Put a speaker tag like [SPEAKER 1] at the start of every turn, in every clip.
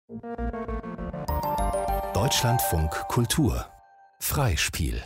[SPEAKER 1] Deutschlandfunk Kultur Freispiel.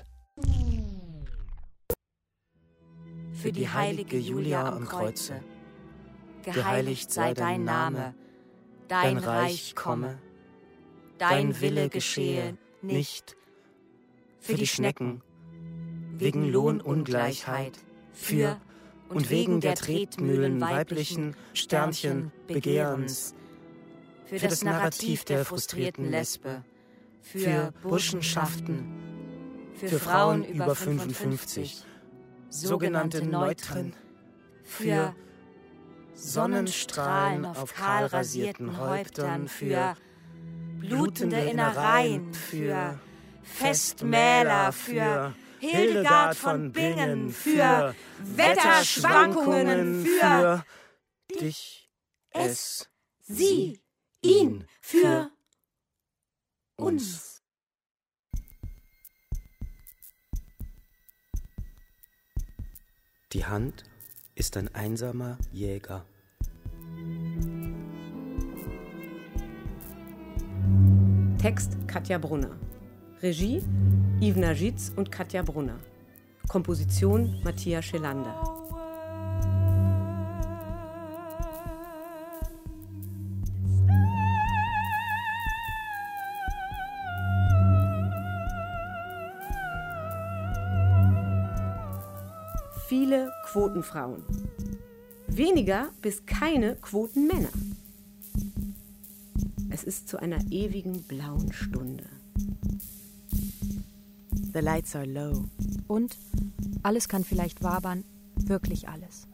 [SPEAKER 2] Für die heilige Julia am Kreuze, geheiligt sei dein Name, dein Reich komme, dein Wille geschehe nicht. Für die Schnecken, wegen Lohnungleichheit, für und wegen der Tretmühlen weiblichen Sternchen-Begehrens, für das Narrativ der frustrierten Lesbe, für Burschenschaften, für Frauen über 55, sogenannte Neutren, für Sonnenstrahlen auf kahl rasierten Häuptern, für blutende Innereien, für Festmähler, für Hildegard von Bingen, für Wetterschwankungen, für dich, es, sie, ihn, für uns.
[SPEAKER 3] Die Hand ist ein einsamer Jäger.
[SPEAKER 4] Text Katja Brunner. Regie Ivna Gitz und Katja Brunner. Komposition Matthias Schelander. Viele Quotenfrauen. Weniger bis keine Quotenmänner. Es ist zu einer ewigen blauen Stunde.
[SPEAKER 5] The lights are low.
[SPEAKER 6] Und alles kann vielleicht wabern, wirklich alles.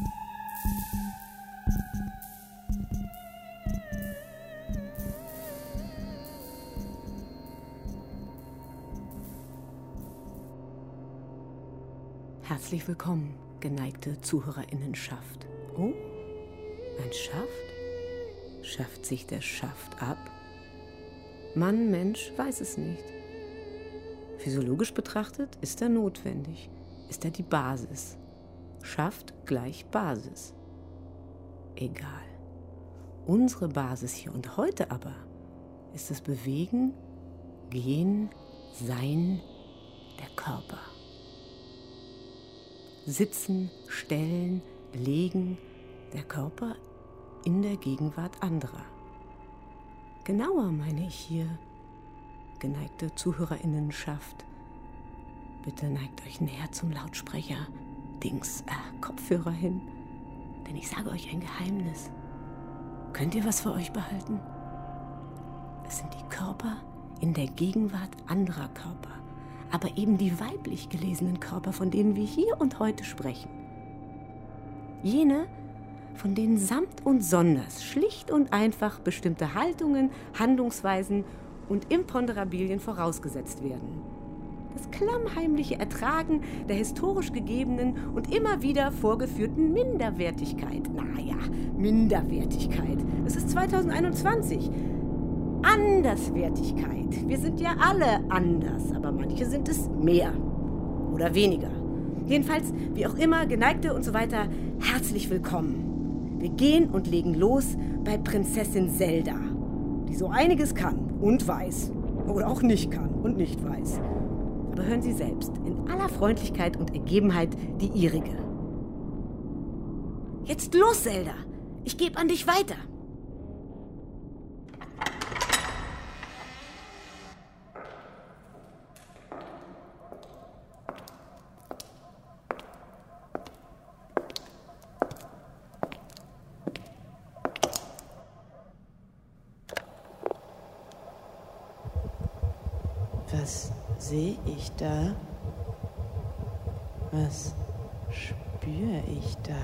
[SPEAKER 4] Herzlich willkommen, geneigte ZuhörerInnenschaft. Oh, ein Schaft? Schafft sich der Schaft ab? Mann, Mensch, weiß es nicht. Physiologisch betrachtet ist er notwendig, ist er die Basis. Schaft gleich Basis. Egal. Unsere Basis hier und heute aber ist das Bewegen, Gehen, Sein, der Körper. Sitzen, stellen, legen, der Körper in der Gegenwart anderer. Genauer meine ich hier, geneigte ZuhörerInnenschaft. Bitte neigt euch näher zum Lautsprecher, Kopfhörer hin, denn ich sage euch ein Geheimnis. Könnt ihr was für euch behalten? Es sind die Körper in der Gegenwart anderer Körper, aber eben die weiblich gelesenen Körper, von denen wir hier und heute sprechen. Jene, von denen samt und sonders schlicht und einfach bestimmte Haltungen, Handlungsweisen und Imponderabilien vorausgesetzt werden. Das klammheimliche Ertragen der historisch gegebenen und immer wieder vorgeführten Minderwertigkeit. Naja, Minderwertigkeit. Es ist 2021. Anderswertigkeit. Wir sind ja alle anders, aber manche sind es mehr oder weniger. Jedenfalls, wie auch immer, Geneigte und so weiter, herzlich willkommen. Wir gehen und legen los bei Prinzessin Zelda, die so einiges kann und weiß. Oder auch nicht kann und nicht weiß. Aber hören Sie selbst, in aller Freundlichkeit und Ergebenheit die ihrige. Jetzt los, Zelda! Ich gebe an dich weiter!
[SPEAKER 5] Was sehe ich da? Was spüre ich da?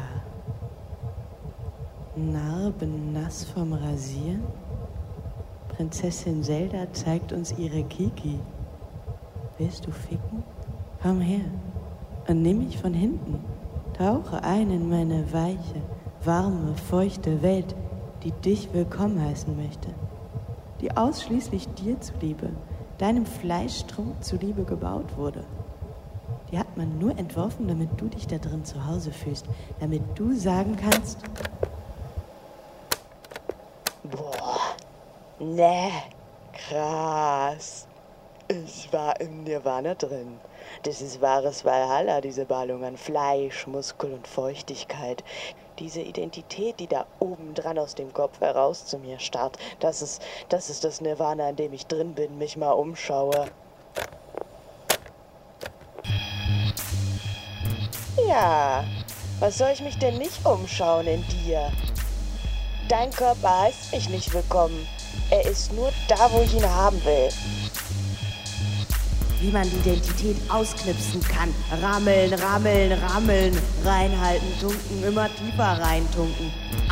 [SPEAKER 5] Narben nass vom Rasieren? Prinzessin Zelda zeigt uns ihre Kiki. Willst du ficken? Komm her und nimm mich von hinten. Tauche ein in meine weiche, warme, feuchte Welt, die dich willkommen heißen möchte. Die ausschließlich dir zuliebe, deinem Fleischtrunk zuliebe gebaut wurde. Die hat man nur entworfen, damit du dich da drin zu Hause fühlst, damit du sagen kannst: Boah, Ne, krass. Ich war im Nirvana drin. Das ist wahres Valhalla, diese Ballung an Fleisch, Muskel und Feuchtigkeit. Diese Identität, die da oben dran aus dem Kopf heraus zu mir starrt, das ist das Nirvana, in dem ich drin bin, mich mal umschaue. Ja, was soll ich mich denn nicht umschauen in dir? Dein Körper heißt mich nicht willkommen. Er ist nur da, wo ich ihn haben will. Wie man die Identität ausknipsen kann. Rammeln, rammeln, rammeln. Reinhalten, tunken, immer tiefer reintunken.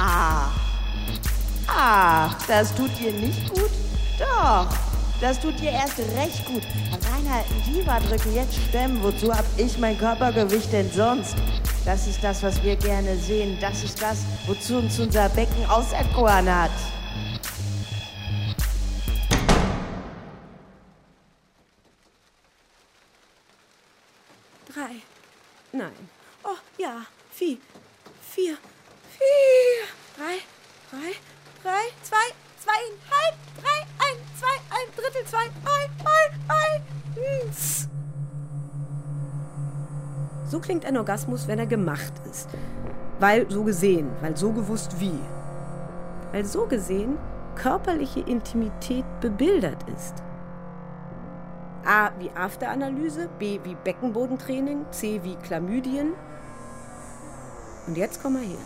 [SPEAKER 5] Das tut dir nicht gut? Doch, das tut dir erst recht gut. Reinhalten, tiefer drücken, jetzt stemmen. Wozu hab ich mein Körpergewicht denn sonst? Das ist das, was wir gerne sehen. Das ist das, wozu uns unser Becken auserkoren hat.
[SPEAKER 4] Nein.
[SPEAKER 2] Oh, ja. 4. 3, 2, 3, 1, 2, 1 Drittel, 2, 1.
[SPEAKER 4] So klingt ein Orgasmus, wenn er gemacht ist. Weil so gesehen, weil so gewusst wie. Weil so gesehen körperliche Intimität bebildert ist. A wie Afteranalyse, B wie Beckenbodentraining, C wie Chlamydien. Und jetzt komm mal her.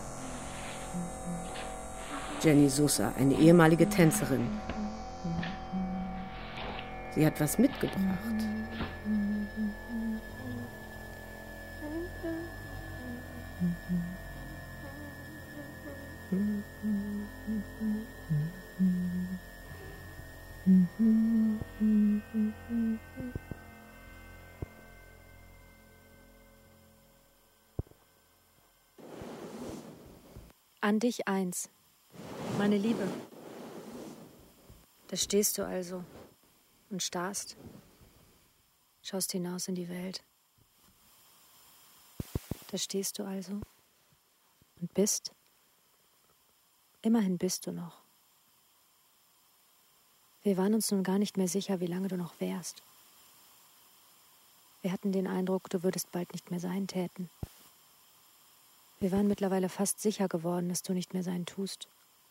[SPEAKER 4] Jenny Sosa, eine ehemalige Tänzerin. Sie hat was mitgebracht.
[SPEAKER 6] An dich 1. Meine Liebe. Da stehst du also und starrst. Schaust hinaus in die Welt. Da stehst du also und bist. Immerhin bist du noch. Wir waren uns nun gar nicht mehr sicher, wie lange du noch wärst. Wir hatten den Eindruck, du würdest bald nicht mehr sein täten. Wir waren mittlerweile fast sicher geworden, dass du nicht mehr sein tust.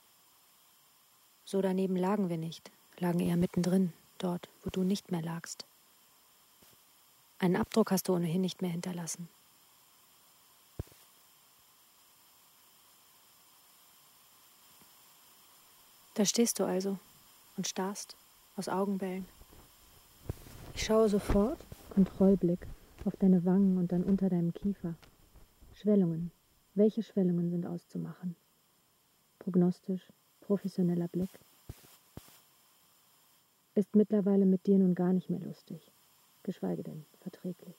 [SPEAKER 6] So daneben lagen wir nicht, lagen eher mittendrin, dort, wo du nicht mehr lagst. Einen Abdruck hast du ohnehin nicht mehr hinterlassen. Da stehst du also und starrst aus Augenbällen. Ich schaue sofort, Kontrollblick, auf deine Wangen und dann unter deinem Kiefer. Schwellungen. Welche Schwellungen sind auszumachen? Prognostisch, professioneller Blick. Ist mittlerweile mit dir nun gar nicht mehr lustig, geschweige denn verträglich.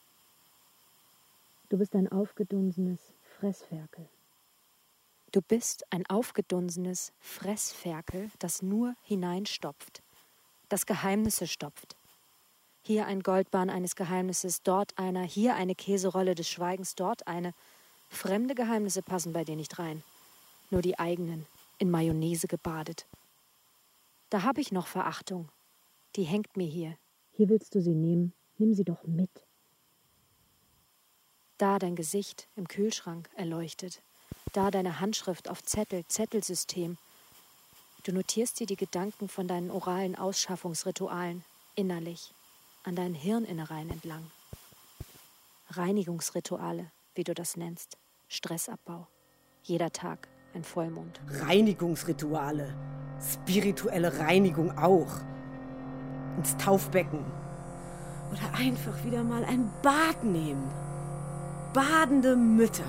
[SPEAKER 6] Du bist ein aufgedunsenes Fressferkel. Du bist ein aufgedunsenes Fressferkel, das nur hineinstopft, das Geheimnisse stopft. Hier ein Goldbahn eines Geheimnisses, dort einer, hier eine Käserolle des Schweigens, dort eine. Fremde Geheimnisse passen bei dir nicht rein, nur die eigenen, in Mayonnaise gebadet. Da habe ich noch Verachtung, die hängt mir hier. Hier willst du sie nehmen, nimm sie doch mit. Da dein Gesicht im Kühlschrank erleuchtet, da deine Handschrift auf Zettel, Zettelsystem. Du notierst dir die Gedanken von deinen oralen Ausschaffungsritualen, innerlich, an deinen Hirninnereien entlang. Reinigungsrituale, wie du das nennst. Stressabbau. Jeder Tag ein Vollmond.
[SPEAKER 4] Reinigungsrituale. Spirituelle Reinigung auch. Ins Taufbecken. Oder einfach wieder mal ein Bad nehmen. Badende Mütter.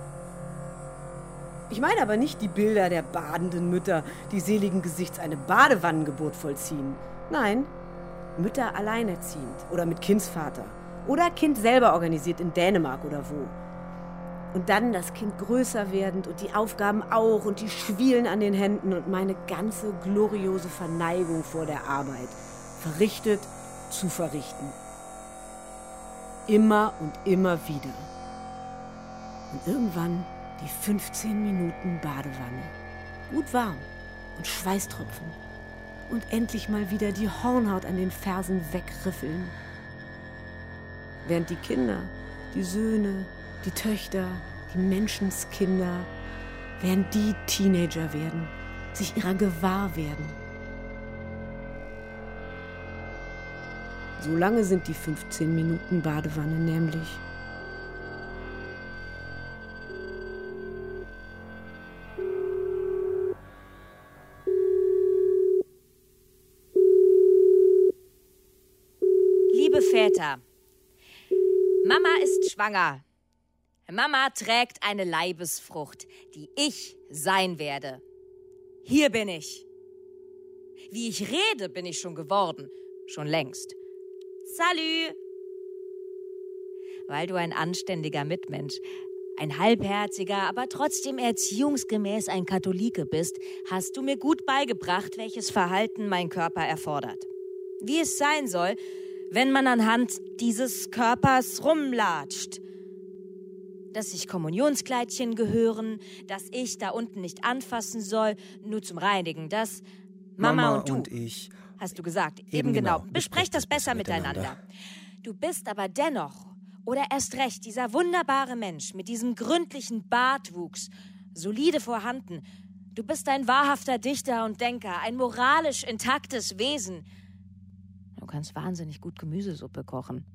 [SPEAKER 4] Ich meine aber nicht die Bilder der badenden Mütter, die seligen Gesichts eine Badewannengeburt vollziehen. Nein, Mütter alleinerziehend oder mit Kindsvater. Oder Kind selber organisiert in Dänemark oder wo. Und dann das Kind größer werdend und die Aufgaben auch und die Schwielen an den Händen und meine ganze gloriose Verneigung vor der Arbeit. Verrichtet zu verrichten. Immer und immer wieder. Und irgendwann die 15 Minuten Badewanne. Gut warm und Schweißtropfen. und endlich mal wieder die Hornhaut an den Fersen wegriffeln. Während die Kinder, die Söhne, die Töchter, die Menschenskinder, während die Teenager werden, sich ihrer gewahr werden. So lange sind die 15 Minuten Badewanne nämlich.
[SPEAKER 7] Liebe Väter, Mama ist schwanger. Mama trägt eine Leibesfrucht, die ich sein werde. Hier bin ich. Wie ich rede, bin ich schon geworden. Schon längst. Salü! Weil du ein anständiger Mitmensch, ein halbherziger, aber trotzdem erziehungsgemäß ein Katholike bist, hast du mir gut beigebracht, welches Verhalten mein Körper erfordert. Wie es sein soll, wenn man anhand dieses Körpers rumlatscht. Dass sich Kommunionskleidchen gehören, dass ich da unten nicht anfassen soll, nur zum Reinigen, dass Mama und du,
[SPEAKER 3] und ich,
[SPEAKER 7] hast du gesagt, eben genau. Besprecht das besser miteinander. Du bist aber dennoch, oder erst recht, dieser wunderbare Mensch mit diesem gründlichen Bartwuchs, solide vorhanden. Du bist ein wahrhafter Dichter und Denker, ein moralisch intaktes Wesen. Du kannst wahnsinnig gut Gemüsesuppe kochen.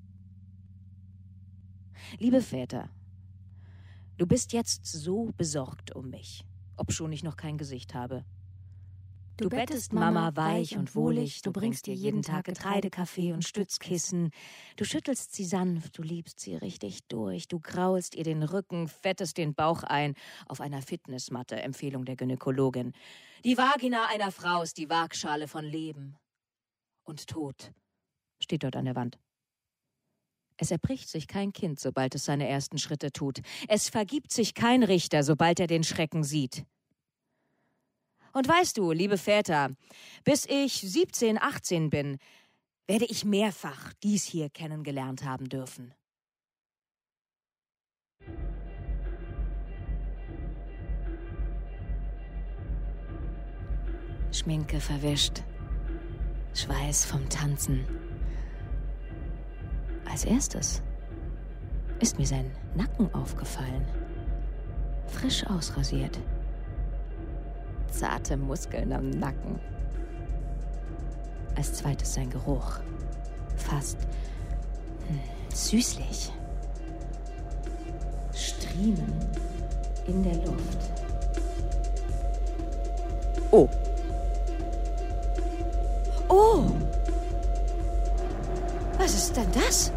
[SPEAKER 7] Liebe Väter, du bist jetzt so besorgt um mich, obschon ich noch kein Gesicht habe. Du bettest Mama weich und wohlig, du bringst ihr jeden Tag Getreidekaffee und Stützkissen. Du schüttelst sie sanft, du liebst sie richtig durch, du kraulst ihr den Rücken, fettest den Bauch ein auf einer Fitnessmatte, Empfehlung der Gynäkologin. Die Vagina einer Frau ist die Waagschale von Leben und Tod, steht dort an der Wand. Es erbricht sich kein Kind, sobald es seine ersten Schritte tut. Es vergibt sich kein Richter, sobald er den Schrecken sieht. Und weißt du, liebe Väter, bis ich 17, 18 bin, werde ich mehrfach dies hier kennengelernt haben dürfen. Schminke verwischt, Schweiß vom Tanzen. Als erstes ist mir sein Nacken aufgefallen. Frisch ausrasiert. Zarte Muskeln am Nacken. Als zweites sein Geruch. Fast süßlich. Striemen in der Luft. Oh. Oh! Was ist denn das?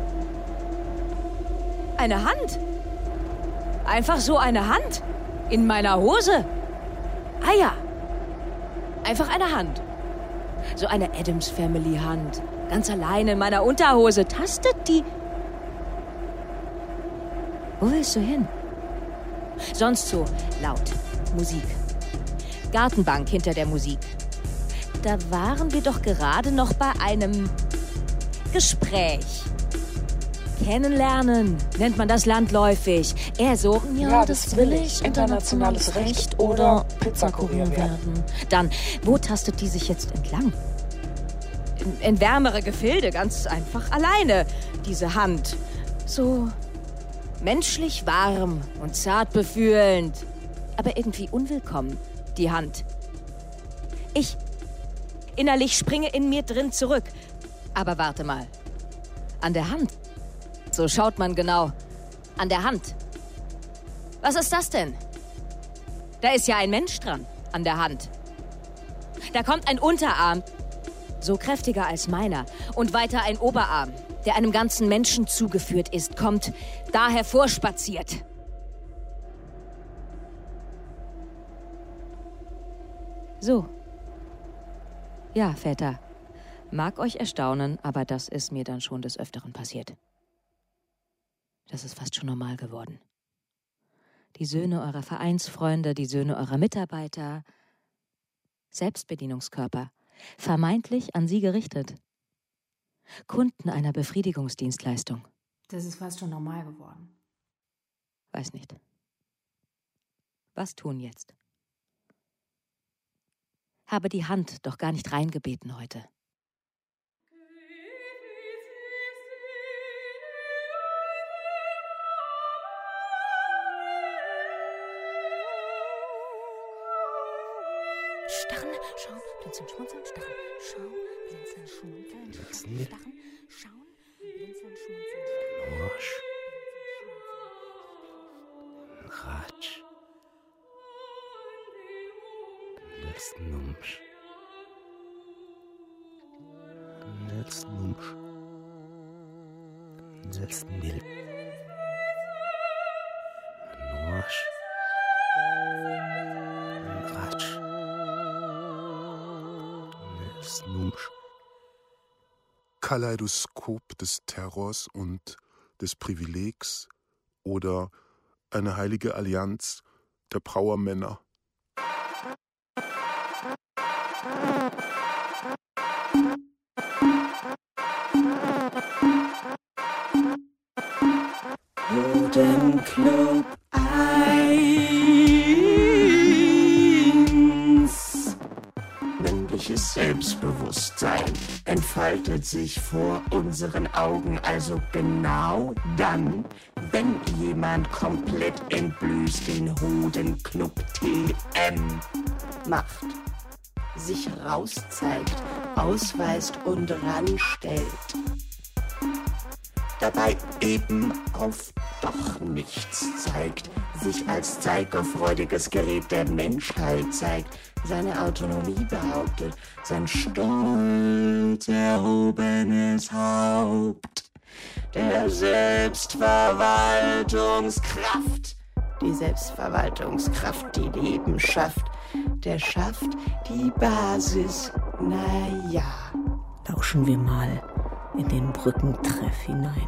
[SPEAKER 7] Eine Hand. Einfach so eine Hand. In meiner Hose. Ah ja. Einfach eine Hand. So eine Addams-Family-Hand. Ganz alleine in meiner Unterhose. Tastet die. Wo willst du hin? Sonst so laut. Musik. Gartenbank hinter der Musik. Da waren wir doch gerade noch bei einem Gespräch. Kennenlernen nennt man das landläufig. Eher so, ja, das will ich, internationales Recht oder Pizzakurier werden. Dann, wo tastet die sich jetzt entlang? In wärmere Gefilde, ganz einfach alleine, diese Hand. So menschlich warm und zart befühlend, aber irgendwie unwillkommen, die Hand. Ich innerlich springe in mir drin zurück. Aber warte mal. An der Hand. So schaut man genau. An der Hand. Was ist das denn? Da ist ja ein Mensch dran. An der Hand. Da kommt ein Unterarm. So kräftiger als meiner. Und weiter ein Oberarm, der einem ganzen Menschen zugeführt ist, kommt da hervorspaziert. So. Ja, Väter. Mag euch erstaunen, aber das ist mir dann schon des Öfteren passiert. Das ist fast schon normal geworden. Die Söhne eurer Vereinsfreunde, die Söhne eurer Mitarbeiter, Selbstbedienungskörper, vermeintlich an sie gerichtet. Kunden einer Befriedigungsdienstleistung.
[SPEAKER 4] Das ist fast schon normal geworden.
[SPEAKER 7] Weiß nicht. Was tun jetzt? habe die Hand doch gar nicht reingebeten heute.
[SPEAKER 8] Starren, schauen, blinzeln, schmunzeln, starren, schauen, blinzeln, schmunzeln, starren, schauen, blinzeln, schmunzeln.
[SPEAKER 3] Morsch. Ratsch. Nils Numsch. Nils Numsch. Nils Nil. Morsch. Ratsch. Nils Numsch.
[SPEAKER 9] Kaleidoskop des Terrors und des Privilegs oder eine heilige Allianz der Brauermänner.
[SPEAKER 5] Hodenclub 1.
[SPEAKER 10] Männliches Selbstbewusstsein entfaltet sich vor unseren Augen also genau dann, wenn jemand komplett entblößt den Hodenclub TM macht, sich rauszeigt, ausweist und ranstellt. Dabei eben auf doch nichts zeigt, sich als zeigefreudiges Gerät der Menschheit zeigt, seine Autonomie behauptet, sein stolz erhobenes Haupt der Selbstverwaltungskraft. Die Selbstverwaltungskraft, die Leben schafft, der schafft die Basis, na ja.
[SPEAKER 4] Lauschen wir mal in den Brückentreff hinein.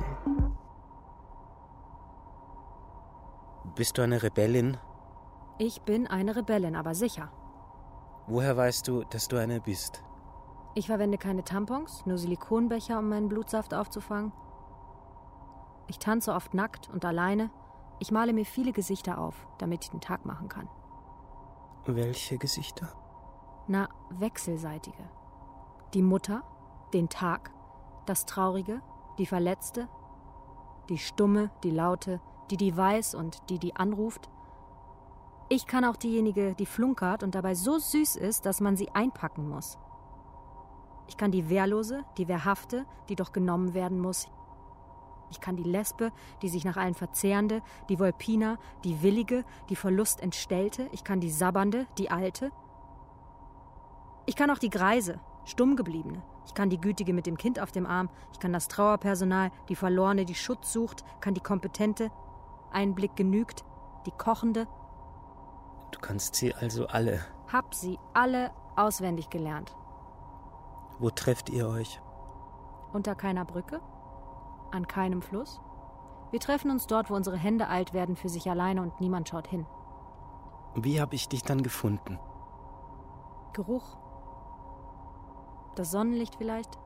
[SPEAKER 3] Bist du eine Rebellin?
[SPEAKER 6] Ich bin eine Rebellin, aber sicher.
[SPEAKER 3] Woher weißt du, dass du eine bist?
[SPEAKER 6] Ich verwende keine Tampons, nur Silikonbecher, um meinen Blutsaft aufzufangen. Ich tanze oft nackt und alleine. Ich male mir viele Gesichter auf, damit ich den Tag machen kann.
[SPEAKER 3] Welche Gesichter?
[SPEAKER 6] Na, wechselseitige. Die Mutter, den Tag, das Traurige, die Verletzte, die Stumme, die Laute, die weiß und die anruft. Ich kann auch diejenige, die flunkert und dabei so süß ist, dass man sie einpacken muss. Ich kann die Wehrlose, die Wehrhafte, die doch genommen werden muss. Ich kann die Lesbe, die sich nach allen verzehrende, die Volpina, die Willige, die vor Lust entstellte. Ich kann die Sabbernde, die Alte. Ich kann auch die Greise, Stummgebliebene. Ich kann die Gütige mit dem Kind auf dem Arm. Ich kann das Trauerpersonal, die Verlorene, die Schutz sucht. Kann die Kompetente, ein Blick genügt, die Kochende.
[SPEAKER 3] Du kannst sie also alle.
[SPEAKER 6] Hab sie alle auswendig gelernt.
[SPEAKER 3] Wo trefft ihr euch?
[SPEAKER 6] Unter keiner Brücke? An keinem Fluss? Wir treffen uns dort, wo unsere Hände alt werden für sich alleine und niemand schaut hin.
[SPEAKER 3] Wie habe ich dich dann gefunden?
[SPEAKER 6] Geruch. Das Sonnenlicht vielleicht?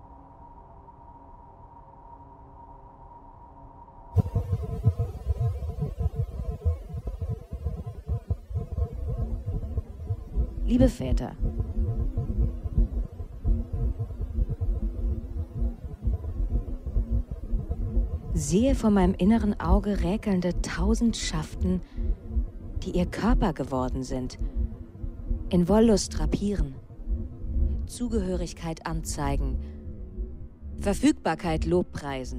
[SPEAKER 7] Liebe Väter, sehe vor meinem inneren Auge räkelnde 1000 Schaften, die ihr Körper geworden sind, in Wollust drapieren, Zugehörigkeit anzeigen, Verfügbarkeit lobpreisen.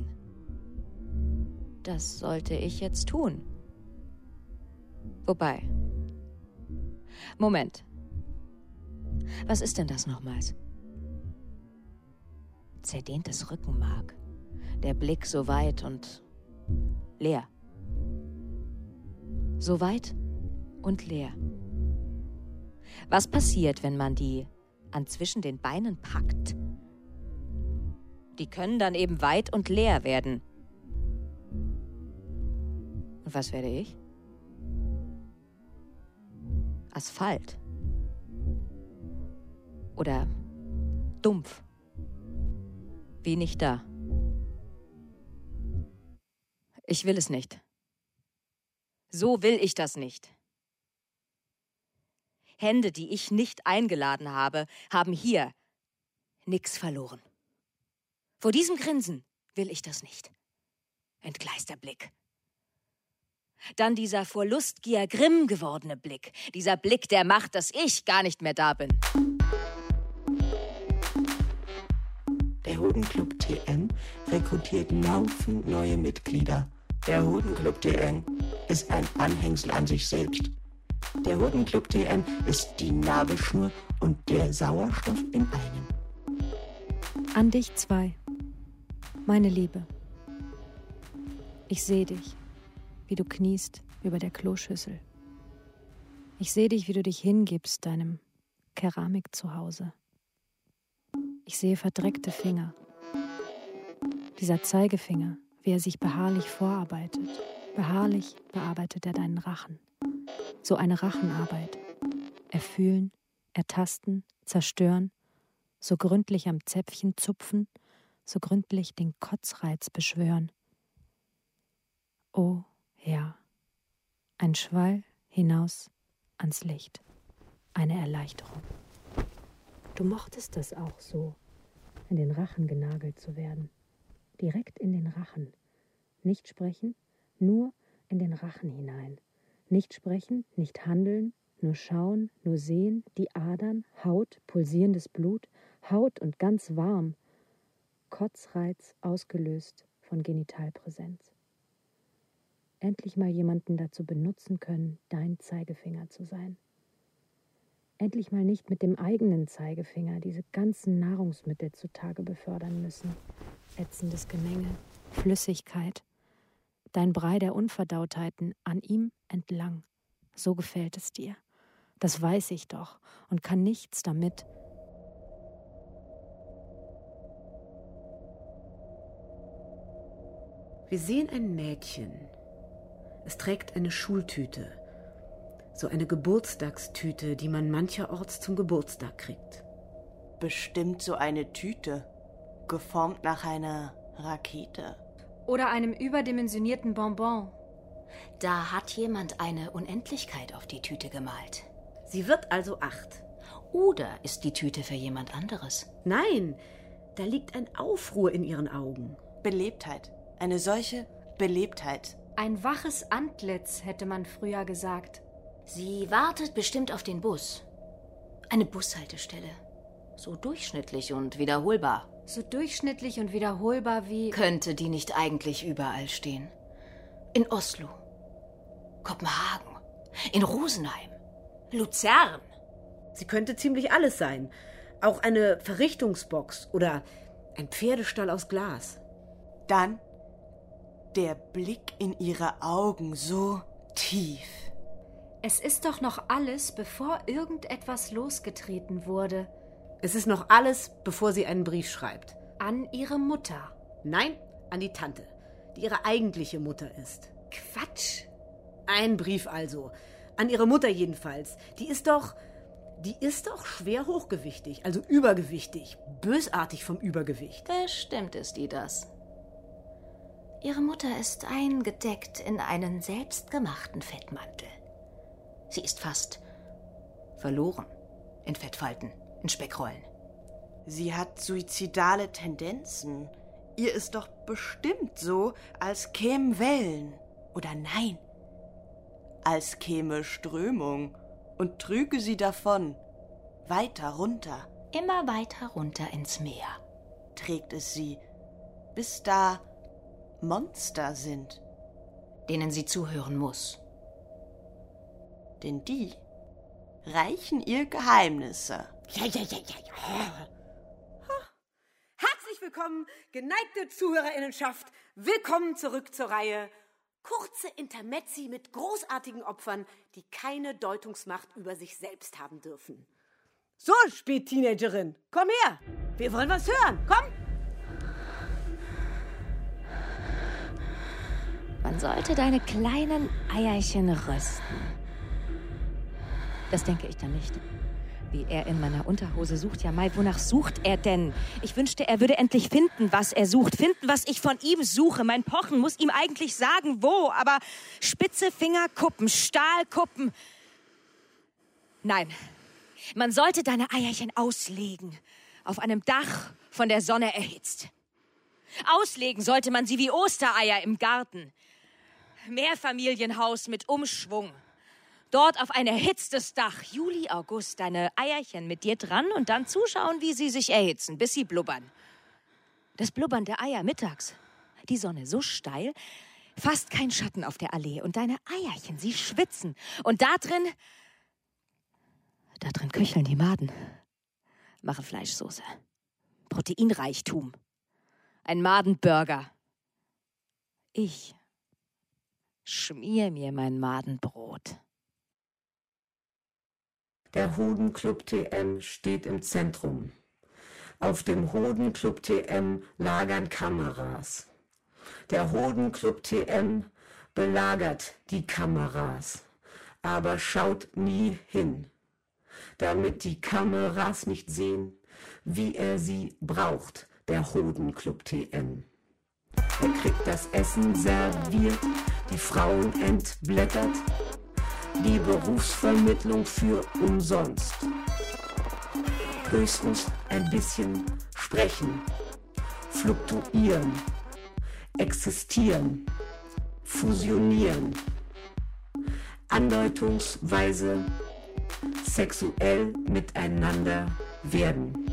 [SPEAKER 7] Das sollte ich jetzt tun. Wobei, Moment. Was ist denn das nochmals? Zerdehntes Rückenmark. Der Blick so weit und leer. So weit und leer. Was passiert, wenn man die an zwischen den Beinen packt? Die können dann eben weit und leer werden. Und was werde ich? Asphalt. Oder dumpf. Wie nicht da. Ich will es nicht. So will ich das nicht. Hände, die ich nicht eingeladen habe, haben hier nix verloren. Vor diesem Grinsen will ich das nicht. Entgleister Blick. Dann dieser vor Lustgier grimm gewordene Blick. Dieser Blick, der macht, dass ich gar nicht mehr da bin.
[SPEAKER 10] Der Hodenclub TN rekrutiert laufend neue Mitglieder. Der Hodenclub TN ist ein Anhängsel an sich selbst. Der Hodenclub TN ist die Nabelschnur und der Sauerstoff in einem.
[SPEAKER 6] An dich 2, meine Liebe. Ich sehe dich, wie du kniest über der Kloschüssel. Ich sehe dich, wie du dich hingibst deinem Keramikzuhause. Ich sehe verdreckte Finger. Dieser Zeigefinger, wie er sich beharrlich vorarbeitet. Beharrlich bearbeitet er deinen Rachen. So eine Rachenarbeit. Erfühlen, ertasten, zerstören, so gründlich am Zäpfchen zupfen, so gründlich den Kotzreiz beschwören. Oh ja, ein Schwall hinaus ans Licht. Eine Erleichterung. Du mochtest das auch so, in den Rachen genagelt zu werden. Direkt in den Rachen. Nicht sprechen, nur in den Rachen hinein. Nicht sprechen, nicht handeln, nur schauen, nur sehen, die Adern, Haut, pulsierendes Blut, Haut und ganz warm. Kotzreiz ausgelöst von Genitalpräsenz. Endlich mal jemanden dazu benutzen können, dein Zeigefinger zu sein. Endlich mal nicht mit dem eigenen Zeigefinger diese ganzen Nahrungsmittel zutage befördern müssen. Ätzendes Gemenge, Flüssigkeit, dein Brei der Unverdautheiten an ihm entlang. So gefällt es dir. Das weiß ich doch und kann nichts damit.
[SPEAKER 4] Wir sehen ein Mädchen. Es trägt eine Schultüte. So eine Geburtstagstüte, die man mancherorts zum Geburtstag kriegt.
[SPEAKER 5] Bestimmt so eine Tüte, geformt nach einer Rakete.
[SPEAKER 6] Oder einem überdimensionierten Bonbon.
[SPEAKER 7] Da hat jemand eine Unendlichkeit auf die Tüte gemalt.
[SPEAKER 4] Sie wird also 8.
[SPEAKER 7] Oder ist die Tüte für jemand anderes?
[SPEAKER 4] Nein, da liegt ein Aufruhr in ihren Augen.
[SPEAKER 5] Belebtheit. Eine solche Belebtheit.
[SPEAKER 6] Ein waches Antlitz, hätte man früher gesagt.
[SPEAKER 7] Sie wartet bestimmt auf den Bus. Eine Bushaltestelle. So durchschnittlich und wiederholbar.
[SPEAKER 6] So durchschnittlich und wiederholbar wie...
[SPEAKER 7] Könnte die nicht eigentlich überall stehen? In Oslo, Kopenhagen, in Rosenheim, Luzern.
[SPEAKER 4] Sie könnte ziemlich alles sein. Auch eine Verrichtungsbox oder ein Pferdestall aus Glas.
[SPEAKER 5] Dann der Blick in ihre Augen so tief.
[SPEAKER 6] Es ist doch noch alles, bevor irgendetwas losgetreten wurde.
[SPEAKER 4] Es ist noch alles, bevor sie einen Brief schreibt.
[SPEAKER 6] An ihre Mutter.
[SPEAKER 4] Nein, an die Tante, die ihre eigentliche Mutter ist.
[SPEAKER 6] Quatsch.
[SPEAKER 4] Ein Brief also. An ihre Mutter jedenfalls. Die ist doch schwer hochgewichtig, also übergewichtig. Bösartig vom Übergewicht.
[SPEAKER 7] Bestimmt ist die das. Ihre Mutter ist eingedeckt in einen selbstgemachten Fettmantel. Sie ist fast verloren in Fettfalten, in Speckrollen.
[SPEAKER 5] Sie hat suizidale Tendenzen. Ihr ist doch bestimmt so, als kämen Wellen. Oder nein, als käme Strömung und trüge sie davon. Weiter runter.
[SPEAKER 7] Immer weiter runter ins Meer.
[SPEAKER 5] Trägt es sie, bis da Monster sind.
[SPEAKER 7] Denen sie zuhören muss.
[SPEAKER 5] Denn die reichen ihr Geheimnisse.
[SPEAKER 4] Ja. Herzlich willkommen, geneigte Zuhörerinnenschaft. Willkommen zurück zur Reihe Kurze Intermezzi mit großartigen Opfern, die keine Deutungsmacht über sich selbst haben dürfen. So, Spätteenagerin, komm her. Wir wollen was hören. Komm.
[SPEAKER 7] Man sollte deine kleinen Eierchen rösten. Das denke ich dann nicht. Wie er in meiner Unterhose sucht. Ja, Mai, wonach sucht er denn? Ich wünschte, er würde endlich finden, was er sucht. Finden, was ich von ihm suche. Mein Pochen muss ihm eigentlich sagen, wo. Aber spitze Fingerkuppen, Stahlkuppen. Nein, man sollte deine Eierchen auslegen, auf einem Dach von der Sonne erhitzt. Auslegen sollte man sie wie Ostereier im Garten. Mehrfamilienhaus mit Umschwung. Dort auf ein erhitztes Dach, Juli, August, deine Eierchen mit dir dran und dann zuschauen, wie sie sich erhitzen, bis sie blubbern. Das Blubbern der Eier mittags. Die Sonne so steil, fast kein Schatten auf der Allee. Und deine Eierchen, sie schwitzen. Und da drin köcheln die Maden. Machen Fleischsoße. Proteinreichtum. Ein Madenburger. Ich schmier mir mein Madenbrot.
[SPEAKER 10] Der Hodenclub TM steht im Zentrum. Auf dem Hodenclub TM lagern Kameras. Der Hodenclub TM belagert die Kameras, aber schaut nie hin, damit die Kameras nicht sehen, wie er sie braucht, der Hodenclub TM. Er kriegt das Essen serviert, die Frauen entblättert, die Berufsvermittlung für umsonst. Höchstens ein bisschen sprechen, fluktuieren, existieren, fusionieren, andeutungsweise sexuell miteinander werden.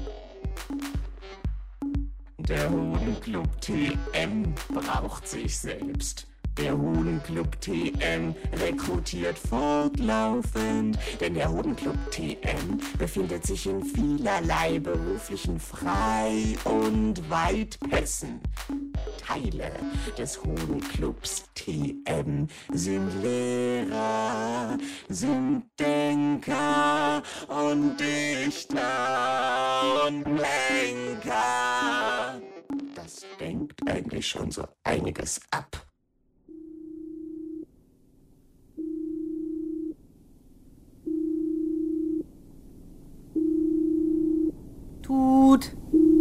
[SPEAKER 10] Der Hodenclub TM braucht sich selbst. Der Hodenclub TM rekrutiert fortlaufend, denn der Hodenclub TM befindet sich in vielerlei beruflichen Frei- und Weitpässen. Teile des Hodenclubs TM sind Lehrer, sind Denker und Dichter und Lenker. Das denkt eigentlich schon so einiges ab.
[SPEAKER 4] Tut.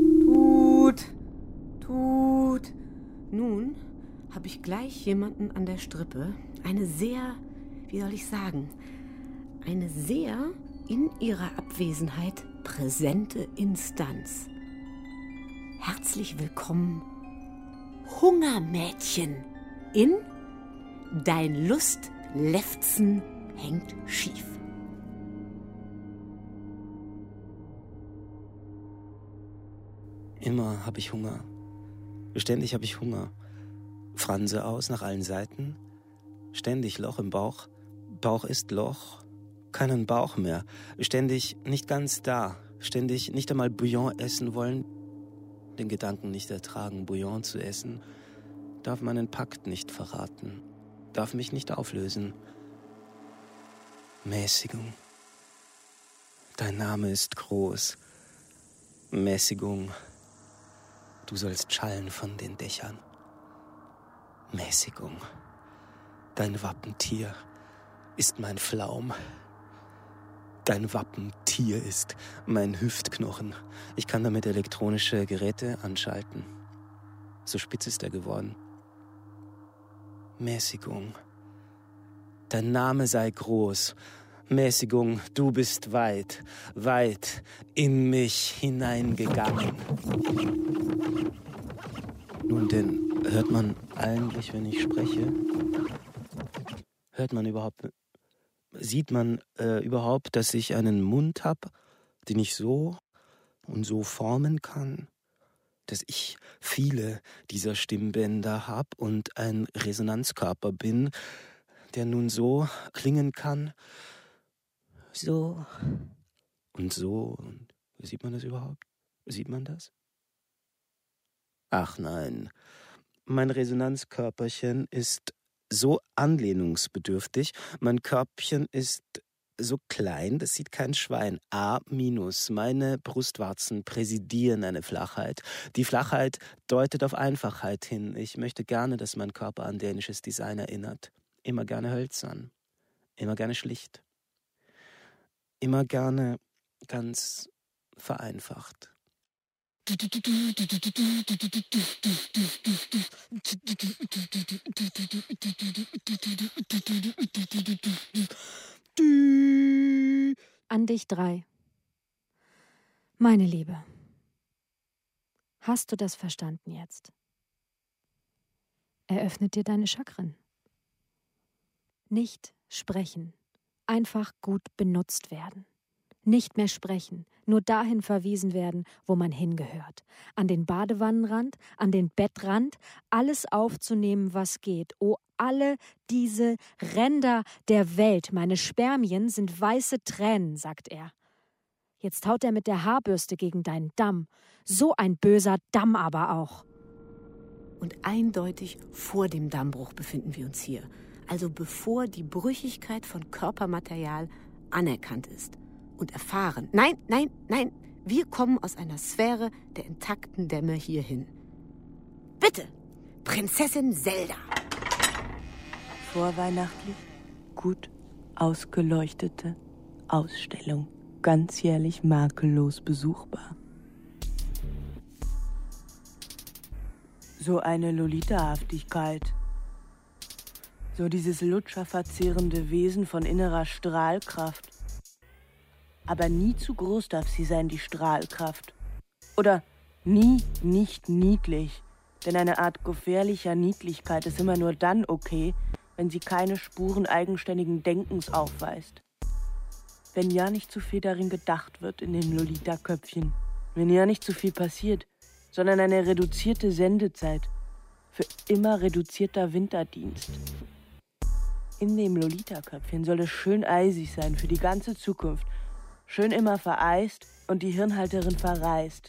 [SPEAKER 4] Nun habe ich gleich jemanden an der Strippe. Eine sehr, wie soll ich sagen, eine sehr in ihrer Abwesenheit präsente Instanz. Herzlich willkommen, Hungermädchen in Dein Lustlefzen hängt schief.
[SPEAKER 3] Immer habe ich Hunger. Ständig habe ich Hunger. Franse aus nach allen Seiten. Ständig Loch im Bauch. Bauch ist Loch. Keinen Bauch mehr. Ständig nicht ganz da. Ständig nicht einmal Bouillon essen wollen. Den Gedanken nicht ertragen, Bouillon zu essen. Darf meinen Pakt nicht verraten. Darf mich nicht auflösen. Mäßigung. Dein Name ist groß. Mäßigung. Du sollst schallen von den Dächern. Mäßigung. Dein Wappentier ist mein Pflaum. Dein Wappentier ist mein Hüftknochen. Ich kann damit elektronische Geräte anschalten. So spitz ist er geworden. Mäßigung. Dein Name sei groß. Mäßigung, du bist weit, weit in mich hineingegangen. Nun denn, hört man eigentlich, wenn ich spreche? Hört man überhaupt, sieht man überhaupt, dass ich einen Mund habe, den ich so und so formen kann? Dass ich viele dieser Stimmbänder habe und ein Resonanzkörper bin, der nun so klingen kann, so und so. Und sieht man das überhaupt? Sieht man das? Ach nein, mein Resonanzkörperchen ist so anlehnungsbedürftig, mein Körbchen ist so klein, das sieht kein Schwein. A-, meine Brustwarzen präsidieren eine Flachheit. Die Flachheit deutet auf Einfachheit hin. Ich möchte gerne, dass mein Körper an dänisches Design erinnert. Immer gerne hölzern, immer gerne schlicht. Immer gerne ganz vereinfacht.
[SPEAKER 6] An dich 3. Meine Liebe, hast du das verstanden jetzt? Eröffnet dir deine Chakren. Nicht sprechen, einfach gut benutzt werden. Nicht mehr sprechen, nur dahin verwiesen werden, wo man hingehört. An den Badewannenrand, an den Bettrand, alles aufzunehmen, was geht. Oh, alle diese Ränder der Welt, meine Spermien sind weiße Tränen, sagt er. Jetzt haut er mit der Haarbürste gegen deinen Damm. So ein böser Damm aber auch.
[SPEAKER 4] Und eindeutig vor dem Dammbruch befinden wir uns hier. Also bevor die Brüchigkeit von Körpermaterial anerkannt ist und erfahren. Nein, nein, nein, wir kommen aus einer Sphäre der intakten Dämme hierhin. Bitte, Prinzessin Zelda.
[SPEAKER 5] Vorweihnachtlich, gut ausgeleuchtete Ausstellung. Ganzjährlich makellos besuchbar. So eine Lolita-Haftigkeit. So dieses lutscherverzehrende Wesen von innerer Strahlkraft. Aber nie zu groß darf sie sein, die Strahlkraft. Oder nie nicht niedlich. Denn eine Art gefährlicher Niedlichkeit ist immer nur dann okay, wenn sie keine Spuren eigenständigen Denkens aufweist. Wenn ja nicht zu viel darin gedacht wird in dem Lolita-Köpfchen. Wenn ja nicht zu viel passiert, sondern eine reduzierte Sendezeit. Für immer reduzierter Winterdienst. In dem Lolita-Köpfchen soll es schön eisig sein für die ganze Zukunft. Schön immer vereist und die Hirnhalterin verreist.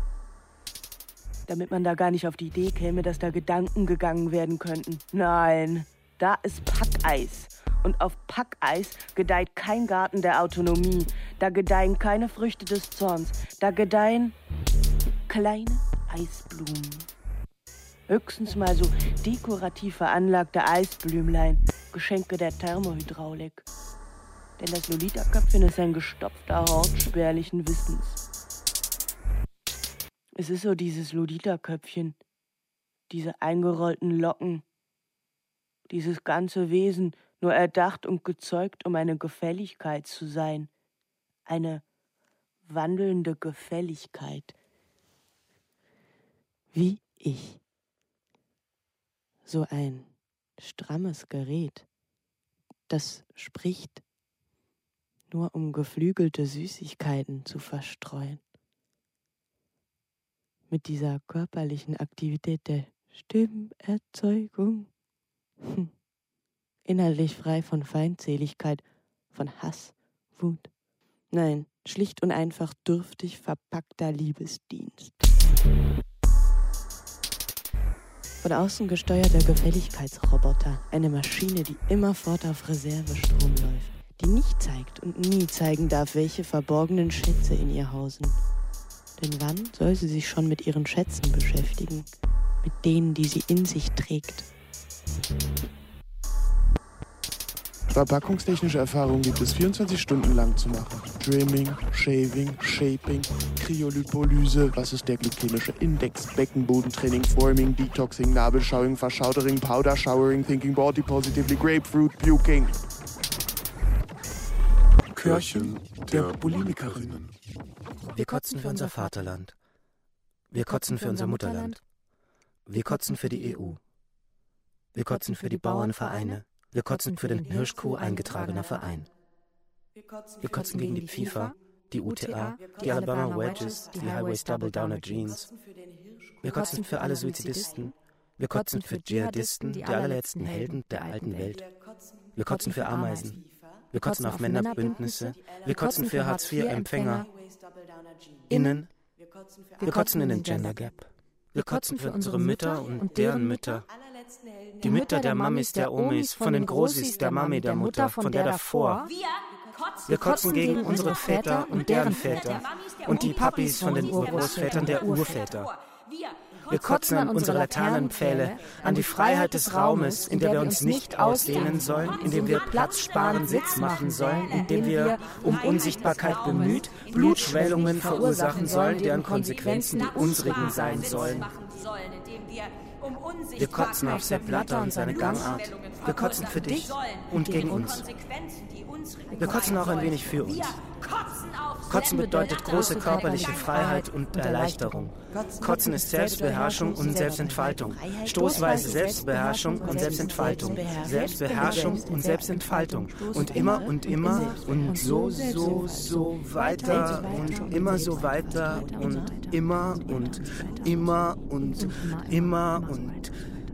[SPEAKER 5] Damit man da gar nicht auf die Idee käme, dass da Gedanken gegangen werden könnten. Nein, da ist Packeis. Und auf Packeis gedeiht kein Garten der Autonomie. Da gedeihen keine Früchte des Zorns. Da gedeihen kleine Eisblumen. Höchstens mal so dekorativ veranlagte Eisblümlein, Geschenke der Thermohydraulik. Denn das Lolita-Köpfchen ist ein gestopfter Hort spärlichen Wissens. Es ist so dieses Lolita-Köpfchen, diese eingerollten Locken, dieses ganze Wesen, nur erdacht und gezeugt, um eine Gefälligkeit zu sein. Eine wandelnde Gefälligkeit. Wie ich. So ein strammes Gerät, das spricht, nur um geflügelte Süßigkeiten zu verstreuen. Mit dieser körperlichen Aktivität der Stimmerzeugung. Inhaltlich frei von Feindseligkeit, von Hass, Wut. Nein, schlicht und einfach dürftig verpackter Liebesdienst. Von außen gesteuerter Gefälligkeitsroboter, eine Maschine, die immerfort auf Reservestrom läuft, die nicht zeigt und nie zeigen darf, welche verborgenen Schätze in ihr hausen. Denn wann soll sie sich schon mit ihren Schätzen beschäftigen, mit denen, die sie in sich trägt?
[SPEAKER 9] Verpackungstechnische Erfahrungen gibt es 24 Stunden lang zu machen. Trimming, Shaving, Shaping, Kryolipolyse, was ist der glykämische Index, Beckenbodentraining, Forming, Detoxing, Nabelschauing, Verschautering, Powder Showering, Thinking Body Positively, Grapefruit, Puking. Köhrchen der Bulimikerinnen.
[SPEAKER 3] Wir kotzen für unser Vaterland. Wir kotzen für unser Mutterland. Wir kotzen für die EU. Wir kotzen für die Bauernvereine. Wir kotzen für den Hirschkuh eingetragener Verein. Wir kotzen gegen die FIFA, die UTA, die Alabama Wedges, die Highways Double Downer Jeans. Wir kotzen für alle Suizidisten. Wir kotzen für Dschihadisten, die allerletzten Helden der alten Welt. Wir kotzen für Ameisen. Wir kotzen auf Männerbündnisse. Wir kotzen für Hartz-IV-Empfänger. Innen. Wir kotzen in den Gender Gap. Wir kotzen für unsere Mütter und deren Mütter. Die Mütter der Mamis, der Omis, von den Großis, der Mami, der Mutter, von der davor. Wir kotzen gegen unsere Väter und deren Väter und die Papis von den Urgroßvätern der Urväter. Wir kotzen an unsere Laternenpfähle, an die Freiheit des Raumes, in der wir uns nicht ausdehnen sollen, in dem wir Platz sparen, Sitz machen sollen, in dem wir, um Unsichtbarkeit bemüht, Blutschwellungen verursachen sollen, deren Konsequenzen die unsrigen sein sollen. Wir kotzen auf Sepp Blatter und seine Gangart. Wir kotzen für dich und gegen uns. Wir kotzen auch ein wenig für uns. Kotzen bedeutet große körperliche Freiheit und Erleichterung. Kotzen ist Selbstbeherrschung und Selbstentfaltung. Stoßweise Selbstbeherrschung und Selbstentfaltung. Selbstbeherrschung und Selbstentfaltung. Und immer und so weiter und immer so weiter und immer und immer und immer und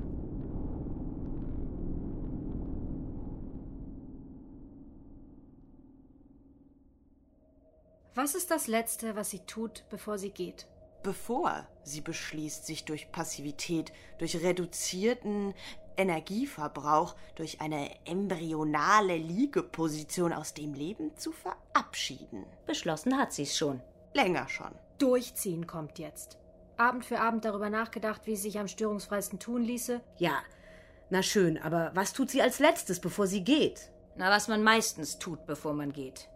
[SPEAKER 6] Was ist das Letzte, was sie tut, bevor sie geht?
[SPEAKER 5] Bevor sie beschließt, sich durch Passivität, durch reduzierten Energieverbrauch, durch eine embryonale Liegeposition aus dem Leben zu verabschieden.
[SPEAKER 7] Beschlossen hat sie's schon.
[SPEAKER 5] Länger schon.
[SPEAKER 6] Durchziehen kommt jetzt. Abend für Abend darüber nachgedacht, wie es sich am störungsfreisten tun ließe.
[SPEAKER 4] Ja, na schön, aber was tut sie als Letztes, bevor sie geht?
[SPEAKER 7] Na, was man meistens tut, bevor man geht.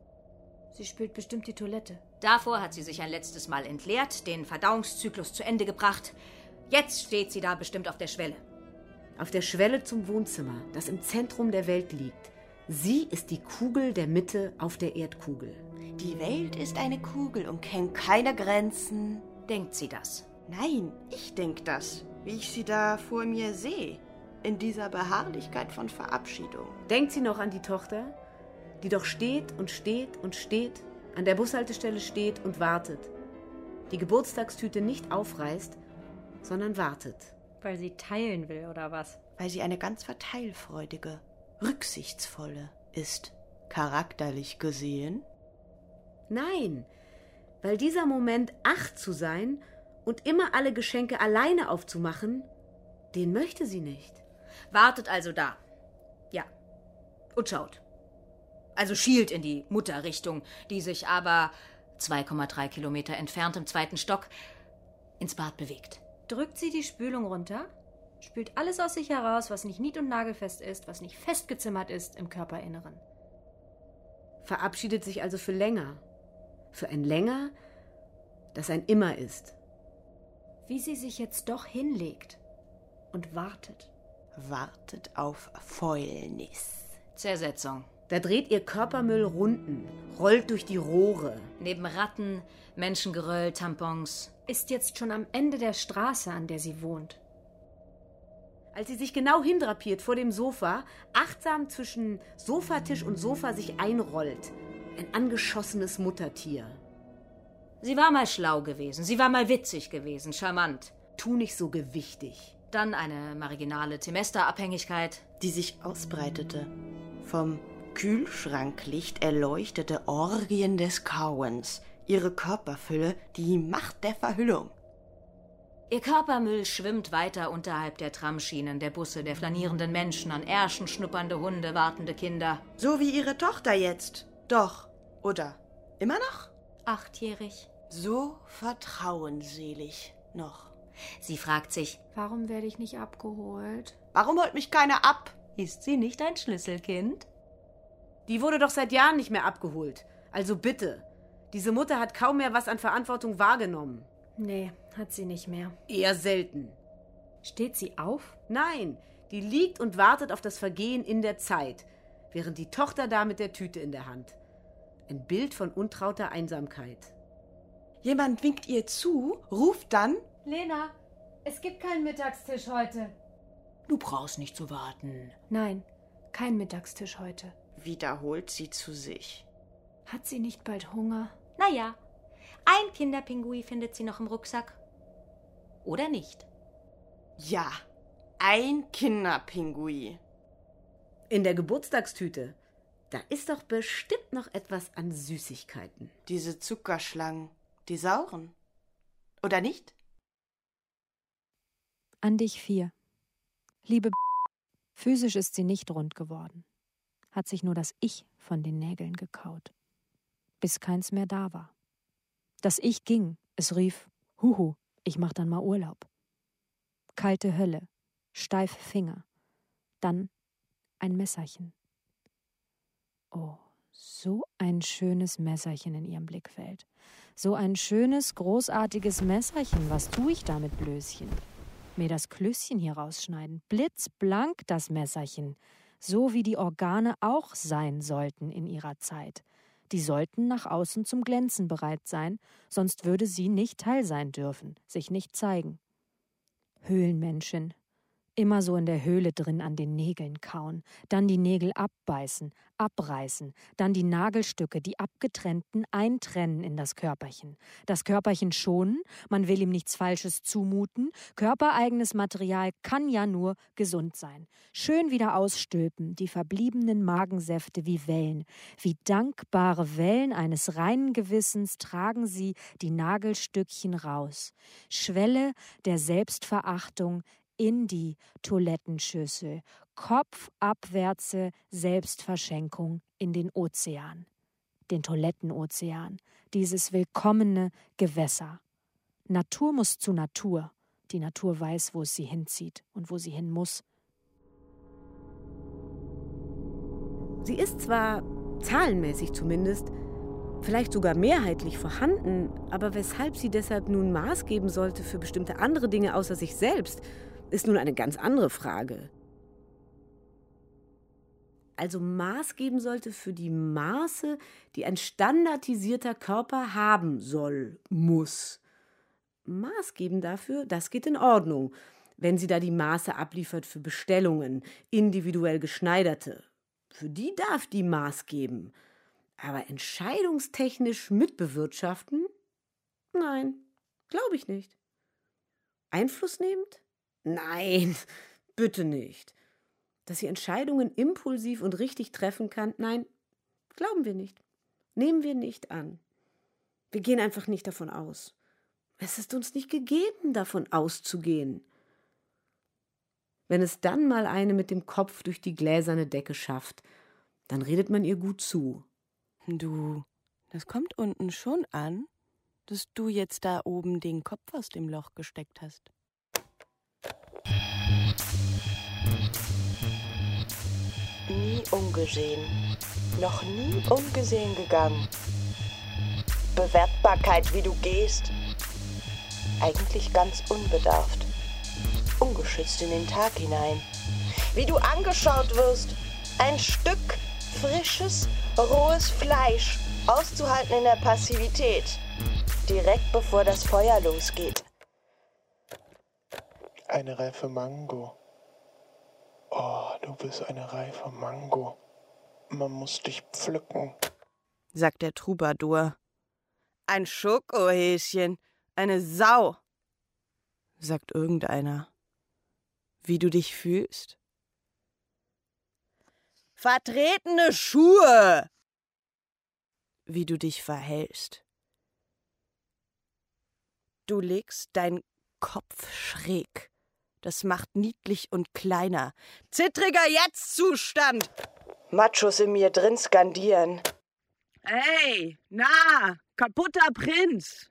[SPEAKER 6] Sie spült bestimmt die Toilette.
[SPEAKER 7] Davor hat sie sich ein letztes Mal entleert, den Verdauungszyklus zu Ende gebracht. Jetzt steht sie da bestimmt auf der Schwelle.
[SPEAKER 4] Auf der Schwelle zum Wohnzimmer, das im Zentrum der Welt liegt. Sie ist die Kugel der Mitte auf der Erdkugel.
[SPEAKER 5] Die Welt ist eine Kugel und kennt keine Grenzen.
[SPEAKER 7] Denkt sie das?
[SPEAKER 5] Nein, ich denk das, wie ich sie da vor mir sehe. In dieser Beharrlichkeit von Verabschiedung.
[SPEAKER 4] Denkt sie noch an die Tochter, die doch steht und steht und steht, an der Bushaltestelle steht und wartet. Die Geburtstagstüte nicht aufreißt, sondern wartet.
[SPEAKER 6] Weil sie teilen will, oder was?
[SPEAKER 5] Weil sie eine ganz verteilfreudige, rücksichtsvolle ist. Charakterlich gesehen?
[SPEAKER 4] Nein, weil dieser Moment, 8 zu sein und immer alle Geschenke alleine aufzumachen, den möchte sie nicht.
[SPEAKER 7] Wartet also da. Ja. Und schaut. Also schielt in die Mutterrichtung, die sich aber 2,3 Kilometer entfernt im 2. Stock ins Bad bewegt.
[SPEAKER 6] Drückt sie die Spülung runter, spült alles aus sich heraus, was nicht nied- und nagelfest ist, was nicht festgezimmert ist im Körperinneren.
[SPEAKER 4] Verabschiedet sich also für länger. Für ein Länger, das ein Immer ist.
[SPEAKER 6] Wie sie sich jetzt doch hinlegt und wartet.
[SPEAKER 5] Wartet auf Fäulnis.
[SPEAKER 7] Zersetzung.
[SPEAKER 4] Da dreht ihr Körpermüll Runden, rollt durch die Rohre.
[SPEAKER 7] Neben Ratten, Menschengeröll, Tampons.
[SPEAKER 6] Ist jetzt schon am Ende der Straße, an der sie wohnt.
[SPEAKER 4] Als sie sich genau hindrapiert vor dem Sofa, achtsam zwischen Sofatisch und Sofa sich einrollt. Ein angeschossenes Muttertier.
[SPEAKER 7] Sie war mal schlau gewesen, sie war mal witzig gewesen, charmant.
[SPEAKER 4] Tu nicht so gewichtig.
[SPEAKER 7] Dann eine marginale Semesterabhängigkeit,
[SPEAKER 5] die sich ausbreitete. Vom Kühlschranklicht erleuchtete Orgien des Kauens. Ihre Körperfülle, die Macht der Verhüllung.
[SPEAKER 7] Ihr Körpermüll schwimmt weiter unterhalb der Tramschienen, der Busse, der flanierenden Menschen, an Ärschen schnuppernde Hunde, wartende Kinder.
[SPEAKER 5] So wie ihre Tochter jetzt. Doch, oder? Immer noch?
[SPEAKER 6] 8-jährig.
[SPEAKER 5] So vertrauensselig noch.
[SPEAKER 7] Sie fragt sich,
[SPEAKER 6] warum werde ich nicht abgeholt?
[SPEAKER 5] Warum holt mich keiner ab?
[SPEAKER 7] Ist sie nicht ein Schlüsselkind?
[SPEAKER 4] Die wurde doch seit Jahren nicht mehr abgeholt. Also bitte. Diese Mutter hat kaum mehr was an Verantwortung wahrgenommen.
[SPEAKER 6] Nee, hat sie nicht mehr.
[SPEAKER 4] Eher selten.
[SPEAKER 6] Steht sie auf?
[SPEAKER 4] Nein, die liegt und wartet auf das Vergehen in der Zeit, während die Tochter da mit der Tüte in der Hand. Ein Bild von untrauter Einsamkeit.
[SPEAKER 5] Jemand winkt ihr zu, ruft dann:
[SPEAKER 2] Lena, es gibt keinen Mittagstisch heute.
[SPEAKER 7] Du brauchst nicht zu warten.
[SPEAKER 6] Nein, kein Mittagstisch heute.
[SPEAKER 5] Wiederholt sie zu sich.
[SPEAKER 6] Hat sie nicht bald Hunger?
[SPEAKER 7] Naja, ein Kinderpingui findet sie noch im Rucksack. Oder nicht?
[SPEAKER 5] Ja, ein Kinderpingui.
[SPEAKER 4] In der Geburtstagstüte. Da ist doch bestimmt noch etwas an Süßigkeiten.
[SPEAKER 5] Diese Zuckerschlangen, die sauren. Oder nicht?
[SPEAKER 6] An dich 4. Liebe physisch ist sie nicht rund geworden. Hat sich nur das Ich von den Nägeln gekaut. Bis keins mehr da war. Das Ich ging, es rief, Huhu, ich mach dann mal Urlaub. kalte Hölle, steife Finger, dann ein Messerchen. Oh, so ein schönes Messerchen in ihrem Blickfeld. So ein schönes, großartiges Messerchen. Was tue ich damit, Blöschen? Mir das Klößchen hier rausschneiden. Blitzblank das Messerchen. So wie die Organe auch sein sollten in ihrer Zeit. Die sollten nach außen zum Glänzen bereit sein, sonst würde sie nicht Teil sein dürfen, sich nicht zeigen. Höhlenmenschen. Immer so in der Höhle drin an den Nägeln kauen, dann die Nägel abbeißen, abreißen, dann die Nagelstücke, die abgetrennten, eintrennen in das Körperchen schonen, man will ihm nichts Falsches zumuten, körpereigenes Material kann ja nur gesund sein. Schön wieder ausstülpen, die verbliebenen Magensäfte wie Wellen, wie dankbare Wellen eines reinen Gewissens tragen sie die Nagelstückchen raus. Schwelle der Selbstverachtung in die Toilettenschüssel, kopfabwärtse Selbstverschenkung in den Ozean, den Toilettenozean, dieses willkommene Gewässer. Natur muss zu Natur, die Natur weiß, wo es sie hinzieht und wo sie hin muss.
[SPEAKER 4] Sie ist zwar, zahlenmäßig zumindest, vielleicht sogar mehrheitlich vorhanden, aber weshalb sie deshalb nun Maß geben sollte für bestimmte andere Dinge außer sich selbst, ist nun eine ganz andere Frage. Also Maß geben sollte für die Maße, die ein standardisierter Körper haben soll, muss. Maß geben dafür, das geht in Ordnung, wenn sie da die Maße abliefert für Bestellungen, individuell geschneiderte. Für die darf die Maß geben. Aber entscheidungstechnisch mitbewirtschaften? Nein, glaube ich nicht. Einflussnehmend? Nein, bitte nicht. Dass sie Entscheidungen impulsiv und richtig treffen kann? Nein, glauben wir nicht. Nehmen wir nicht an. Wir gehen einfach nicht davon aus. Es ist uns nicht gegeben, davon auszugehen. Wenn es dann mal eine mit dem Kopf durch die gläserne Decke schafft, dann redet man ihr gut zu.
[SPEAKER 5] Du, das kommt unten schon an, dass du jetzt da oben den Kopf aus dem Loch gesteckt hast.
[SPEAKER 10] Nie ungesehen, noch nie ungesehen gegangen. Bewertbarkeit, wie du gehst. Eigentlich ganz unbedarft. Ungeschützt in den Tag hinein. Wie du angeschaut wirst. Ein Stück frisches, rohes Fleisch, auszuhalten in der Passivität. Direkt bevor das Feuer losgeht.
[SPEAKER 9] Eine reife Mango. Oh, du bist eine reife Mango. Man muss dich pflücken,
[SPEAKER 5] sagt der Troubadour. Ein Schokohäschen, eine Sau, sagt irgendeiner. Wie du dich fühlst? Vertretene Schuhe! Wie du dich verhältst. Du legst deinen Kopf schräg. Das macht niedlich und kleiner. Zittriger Jetzt-Zustand!
[SPEAKER 10] Machos in mir drin skandieren.
[SPEAKER 11] Hey, na, kaputter Prinz!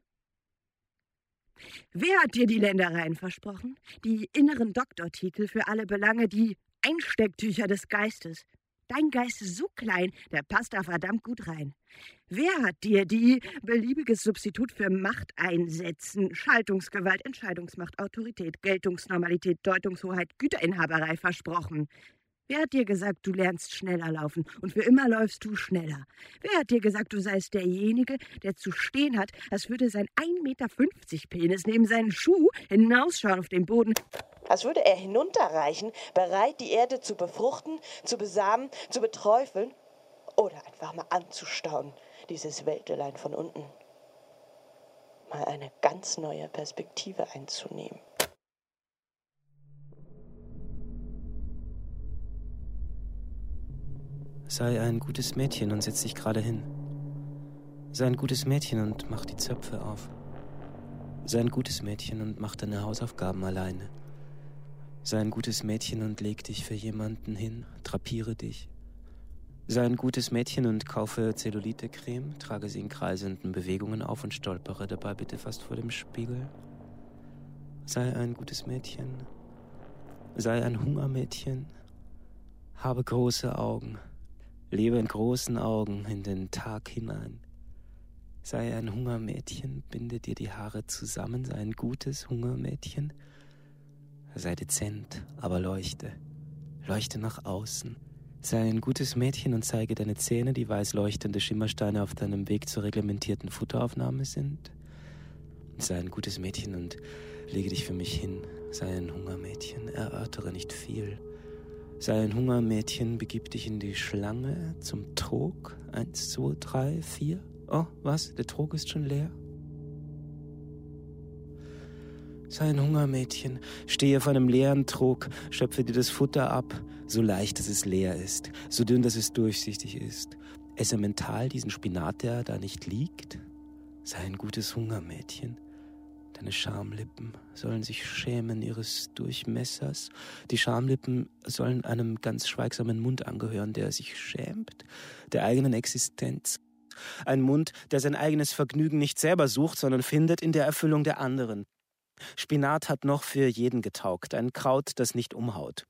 [SPEAKER 11] Wer hat dir die Ländereien versprochen? Die inneren Doktortitel für alle Belange, die Einstecktücher des Geistes. Dein Geist ist so klein, der passt da verdammt gut rein. Wer hat dir die beliebiges Substitut für Macht einsetzen, Schaltungsgewalt, Entscheidungsmacht, Autorität, Geltungsnormalität, Deutungshoheit, Güterinhaberei versprochen? Wer hat dir gesagt, du lernst schneller laufen und für immer läufst du schneller? Wer hat dir gesagt, du seist derjenige, der zu stehen hat, als würde sein 1,50 Meter Penis neben seinen Schuh hinausschauen auf den Boden?
[SPEAKER 10] Als würde er hinunterreichen, bereit, die Erde zu befruchten, zu besamen, zu beträufeln oder einfach mal anzustauen, dieses Weltelein von unten. Mal eine ganz neue Perspektive einzunehmen.
[SPEAKER 3] Sei ein gutes Mädchen und setz dich gerade hin. Sei ein gutes Mädchen und mach die Zöpfe auf. Sei ein gutes Mädchen und mach deine Hausaufgaben alleine. Sei ein gutes Mädchen und leg dich für jemanden hin, drapiere dich. Sei ein gutes Mädchen und kaufe Zellulite-Creme, trage sie in kreisenden Bewegungen auf und stolpere dabei bitte fast vor dem Spiegel. Sei ein gutes Mädchen. Sei ein Hungermädchen. Habe große Augen. Lebe in großen Augen in den Tag hinein. Sei ein Hungermädchen, binde dir die Haare zusammen, sei ein gutes Hungermädchen. Sei dezent, aber leuchte. Leuchte nach außen. Sei ein gutes Mädchen und zeige deine Zähne, die weiß leuchtende Schimmersteine auf deinem Weg zur reglementierten Futteraufnahme sind. Sei ein gutes Mädchen und lege dich für mich hin. Sei ein Hungermädchen, erörtere nicht viel. Sei ein Hungermädchen, begib dich in die Schlange zum Trog. 1, 2, 3, 4. Oh, was? Der Trog ist schon leer? Sei ein Hungermädchen, stehe vor einem leeren Trog, schöpfe dir das Futter ab, so leicht, dass es leer ist, so dünn, dass es durchsichtig ist. Esse mental diesen Spinat, der da nicht liegt. Sei ein gutes Hungermädchen. Deine Schamlippen sollen sich schämen ihres Durchmessers. Die Schamlippen sollen einem ganz schweigsamen Mund angehören, der sich schämt, der eigenen Existenz. Ein Mund, der sein eigenes Vergnügen nicht selber sucht, sondern findet in der Erfüllung der anderen. Spinat hat noch für jeden getaugt, ein Kraut, das nicht umhaut.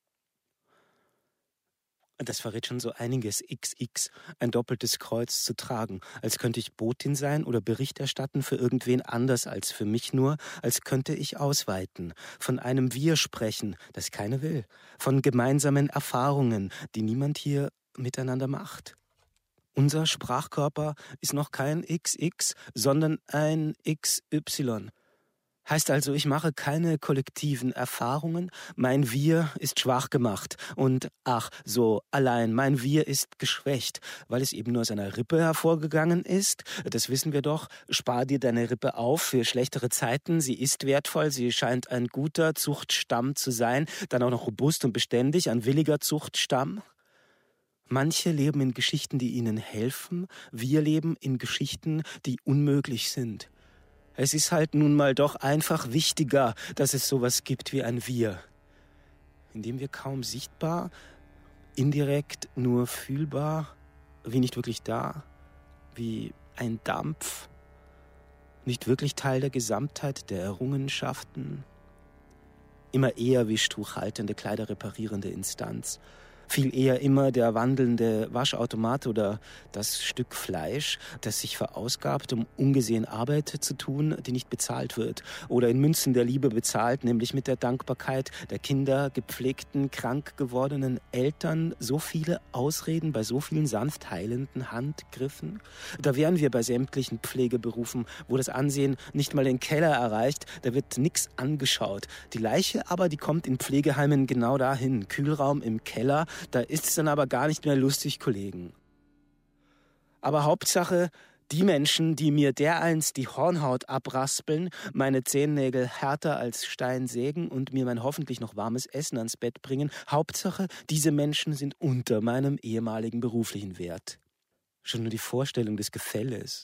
[SPEAKER 3] Das verrät schon so einiges, XX, ein doppeltes Kreuz zu tragen, als könnte ich Botin sein oder Bericht erstatten für irgendwen anders als für mich nur, als könnte ich ausweiten, von einem Wir sprechen, das keine will, von gemeinsamen Erfahrungen, die niemand hier miteinander macht. Unser Sprachkörper ist noch kein XX, sondern ein XY. Heißt also, ich mache keine kollektiven Erfahrungen, mein Wir ist schwach gemacht und ach so, allein mein Wir ist geschwächt, weil es eben nur aus einer Rippe hervorgegangen ist. Das wissen wir doch, spar dir deine Rippe auf für schlechtere Zeiten, sie ist wertvoll, sie scheint ein guter Zuchtstamm zu sein, dann auch noch robust und beständig, ein williger Zuchtstamm. Manche leben in Geschichten, die ihnen helfen, wir leben in Geschichten, die unmöglich sind. Es ist halt nun mal doch einfach wichtiger, dass es sowas gibt wie ein Wir, in dem wir kaum sichtbar, indirekt nur fühlbar, wie nicht wirklich da, wie ein Dampf, nicht wirklich Teil der Gesamtheit der Errungenschaften, immer eher wie stuchhaltende, Kleider reparierende Instanz. Viel eher immer der wandelnde Waschautomat oder das Stück Fleisch, das sich verausgabt, um ungesehen Arbeit zu tun, die nicht bezahlt wird. Oder in Münzen der Liebe bezahlt, nämlich mit der Dankbarkeit der Kinder, gepflegten, krank gewordenen Eltern. So viele Ausreden bei so vielen sanft heilenden Handgriffen. Da wären wir bei sämtlichen Pflegeberufen, wo das Ansehen nicht mal den Keller erreicht. Da wird nichts angeschaut. Die Leiche aber, die kommt in Pflegeheimen genau dahin. Kühlraum im Keller. Da ist es dann aber gar nicht mehr lustig, Kollegen. Aber Hauptsache, die Menschen, die mir dereinst die Hornhaut abraspeln, meine Zehennägel härter als Stein sägen und mir mein hoffentlich noch warmes Essen ans Bett bringen, Hauptsache, diese Menschen sind unter meinem ehemaligen beruflichen Wert. Schon nur die Vorstellung des Gefälles.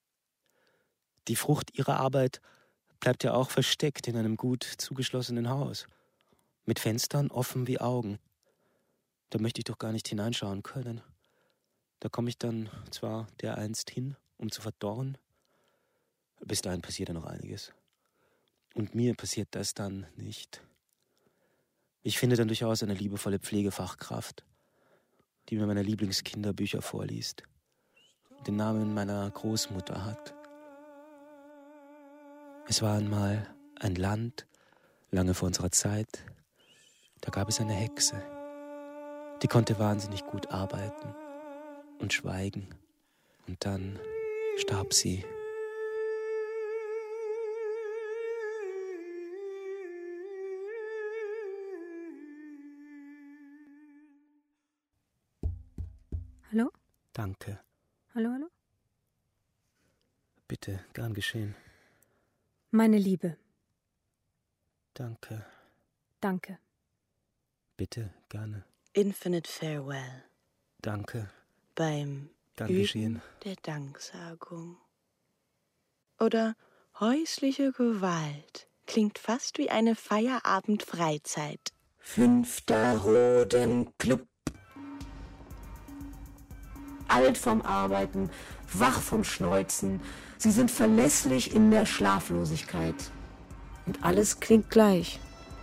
[SPEAKER 3] Die Frucht ihrer Arbeit bleibt ja auch versteckt in einem gut zugeschlossenen Haus, mit Fenstern offen wie Augen. Da möchte ich doch gar nicht hineinschauen können. Da komme ich dann zwar dereinst hin, um zu verdorren. Bis dahin passiert ja noch einiges. Und mir passiert das dann nicht. Ich finde dann durchaus eine liebevolle Pflegefachkraft, die mir meine Lieblingskinderbücher vorliest, den Namen meiner Großmutter hat. Es war einmal ein Land, lange vor unserer Zeit, da gab es eine Hexe. Die konnte wahnsinnig gut arbeiten und schweigen. Und dann starb sie.
[SPEAKER 4] Hallo?
[SPEAKER 3] Danke.
[SPEAKER 4] Hallo, hallo?
[SPEAKER 3] Bitte, gern geschehen.
[SPEAKER 6] Meine Liebe.
[SPEAKER 3] Danke.
[SPEAKER 6] Danke.
[SPEAKER 3] Bitte, gerne.
[SPEAKER 5] Infinite Farewell.
[SPEAKER 3] Danke.
[SPEAKER 5] Beim
[SPEAKER 3] Gern
[SPEAKER 5] Üben
[SPEAKER 3] geschehen.
[SPEAKER 5] der Danksagung. Oder häusliche Gewalt. Klingt fast wie eine Feierabendfreizeit.
[SPEAKER 10] 5. Hodenclub. Alt vom Arbeiten, wach vom Schneuzen. Sie sind verlässlich in der Schlaflosigkeit.
[SPEAKER 4] Und alles klingt gleich.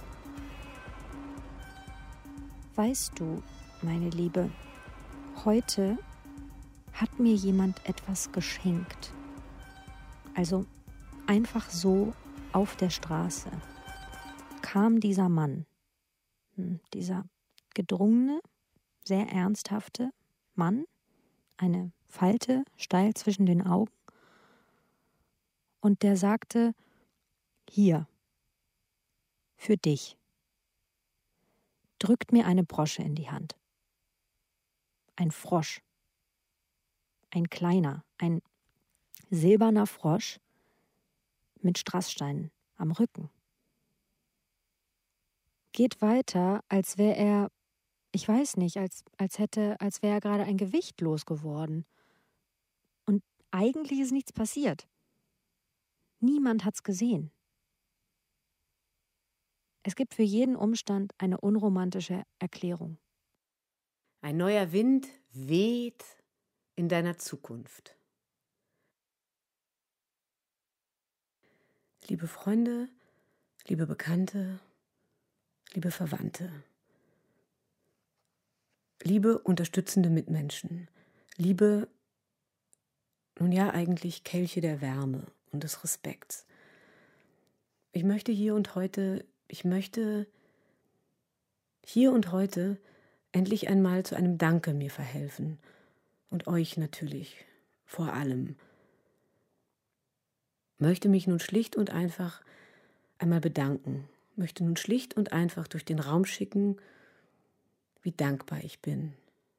[SPEAKER 6] Weißt du, meine Liebe, heute hat mir jemand etwas geschenkt. Also einfach so auf der Straße kam dieser Mann, dieser gedrungene, sehr ernsthafte Mann, eine Falte steil zwischen den Augen, und der sagte: Hier, für dich. Drückt mir eine Brosche in die Hand. Ein Frosch. Ein kleiner, ein silberner Frosch mit Strasssteinen am Rücken. Geht weiter, als wäre er, ich weiß nicht, als wäre er gerade ein Gewicht losgeworden. Und eigentlich ist nichts passiert. Niemand hat's gesehen. Es gibt für jeden Umstand eine unromantische Erklärung.
[SPEAKER 4] Ein neuer Wind weht in deiner Zukunft. Liebe Freunde, liebe Bekannte, liebe Verwandte, liebe unterstützende Mitmenschen, liebe, nun ja eigentlich Kelche der Wärme und des Respekts. Ich möchte hier und heute endlich einmal zu einem Danke mir verhelfen. Und euch natürlich, vor allem. Möchte mich nun schlicht und einfach einmal bedanken. Möchte nun schlicht und einfach durch den Raum schicken, wie dankbar ich bin.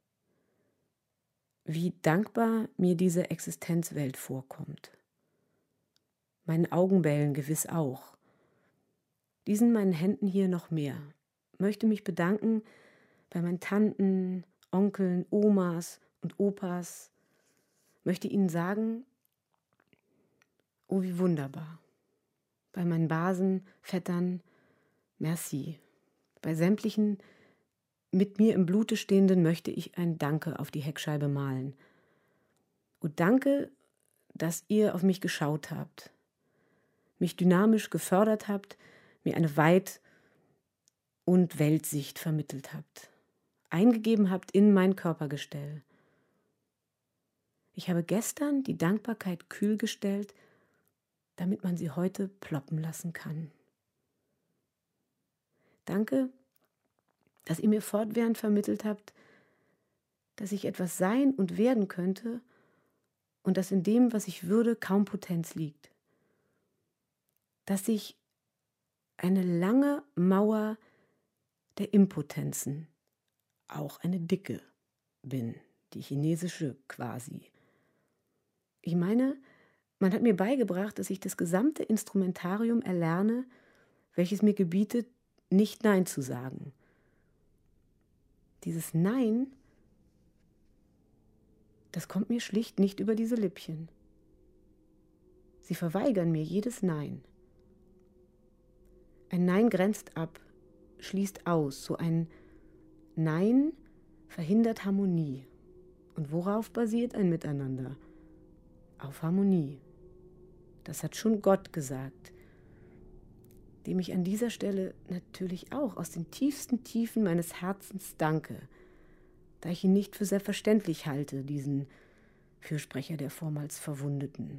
[SPEAKER 4] Wie dankbar mir diese Existenzwelt vorkommt. Meinen Augenbällen gewiss auch. Diesen meinen Händen hier noch mehr. Möchte mich bedanken bei meinen Tanten, Onkeln, Omas und Opas. Möchte ihnen sagen, oh wie wunderbar. Bei meinen Basen, Vettern, merci. Bei sämtlichen mit mir im Blute stehenden möchte ich ein Danke auf die Heckscheibe malen. Und danke, dass ihr auf mich geschaut habt, mich dynamisch gefördert habt, mir eine Weit- und Weltsicht vermittelt habt, eingegeben habt in mein Körpergestell. Ich habe gestern die Dankbarkeit kühl gestellt, damit man sie heute ploppen lassen kann. Danke, dass ihr mir fortwährend vermittelt habt, dass ich etwas sein und werden könnte und dass in dem, was ich würde, kaum Potenz liegt. Dass ich eine lange Mauer der Impotenzen, auch eine dicke bin, die chinesische quasi. Ich meine, man hat mir beigebracht, dass ich das gesamte Instrumentarium erlerne, welches mir gebietet, nicht Nein zu sagen. Dieses Nein, das kommt mir schlicht nicht über diese Lippchen. Sie verweigern mir jedes Nein. Ein Nein grenzt ab, schließt aus. So ein Nein verhindert Harmonie. Und worauf basiert ein Miteinander? Auf Harmonie. Das hat schon Gott gesagt, dem ich an dieser Stelle natürlich auch aus den tiefsten Tiefen meines Herzens danke, da ich ihn nicht für selbstverständlich halte, diesen Fürsprecher der vormals Verwundeten.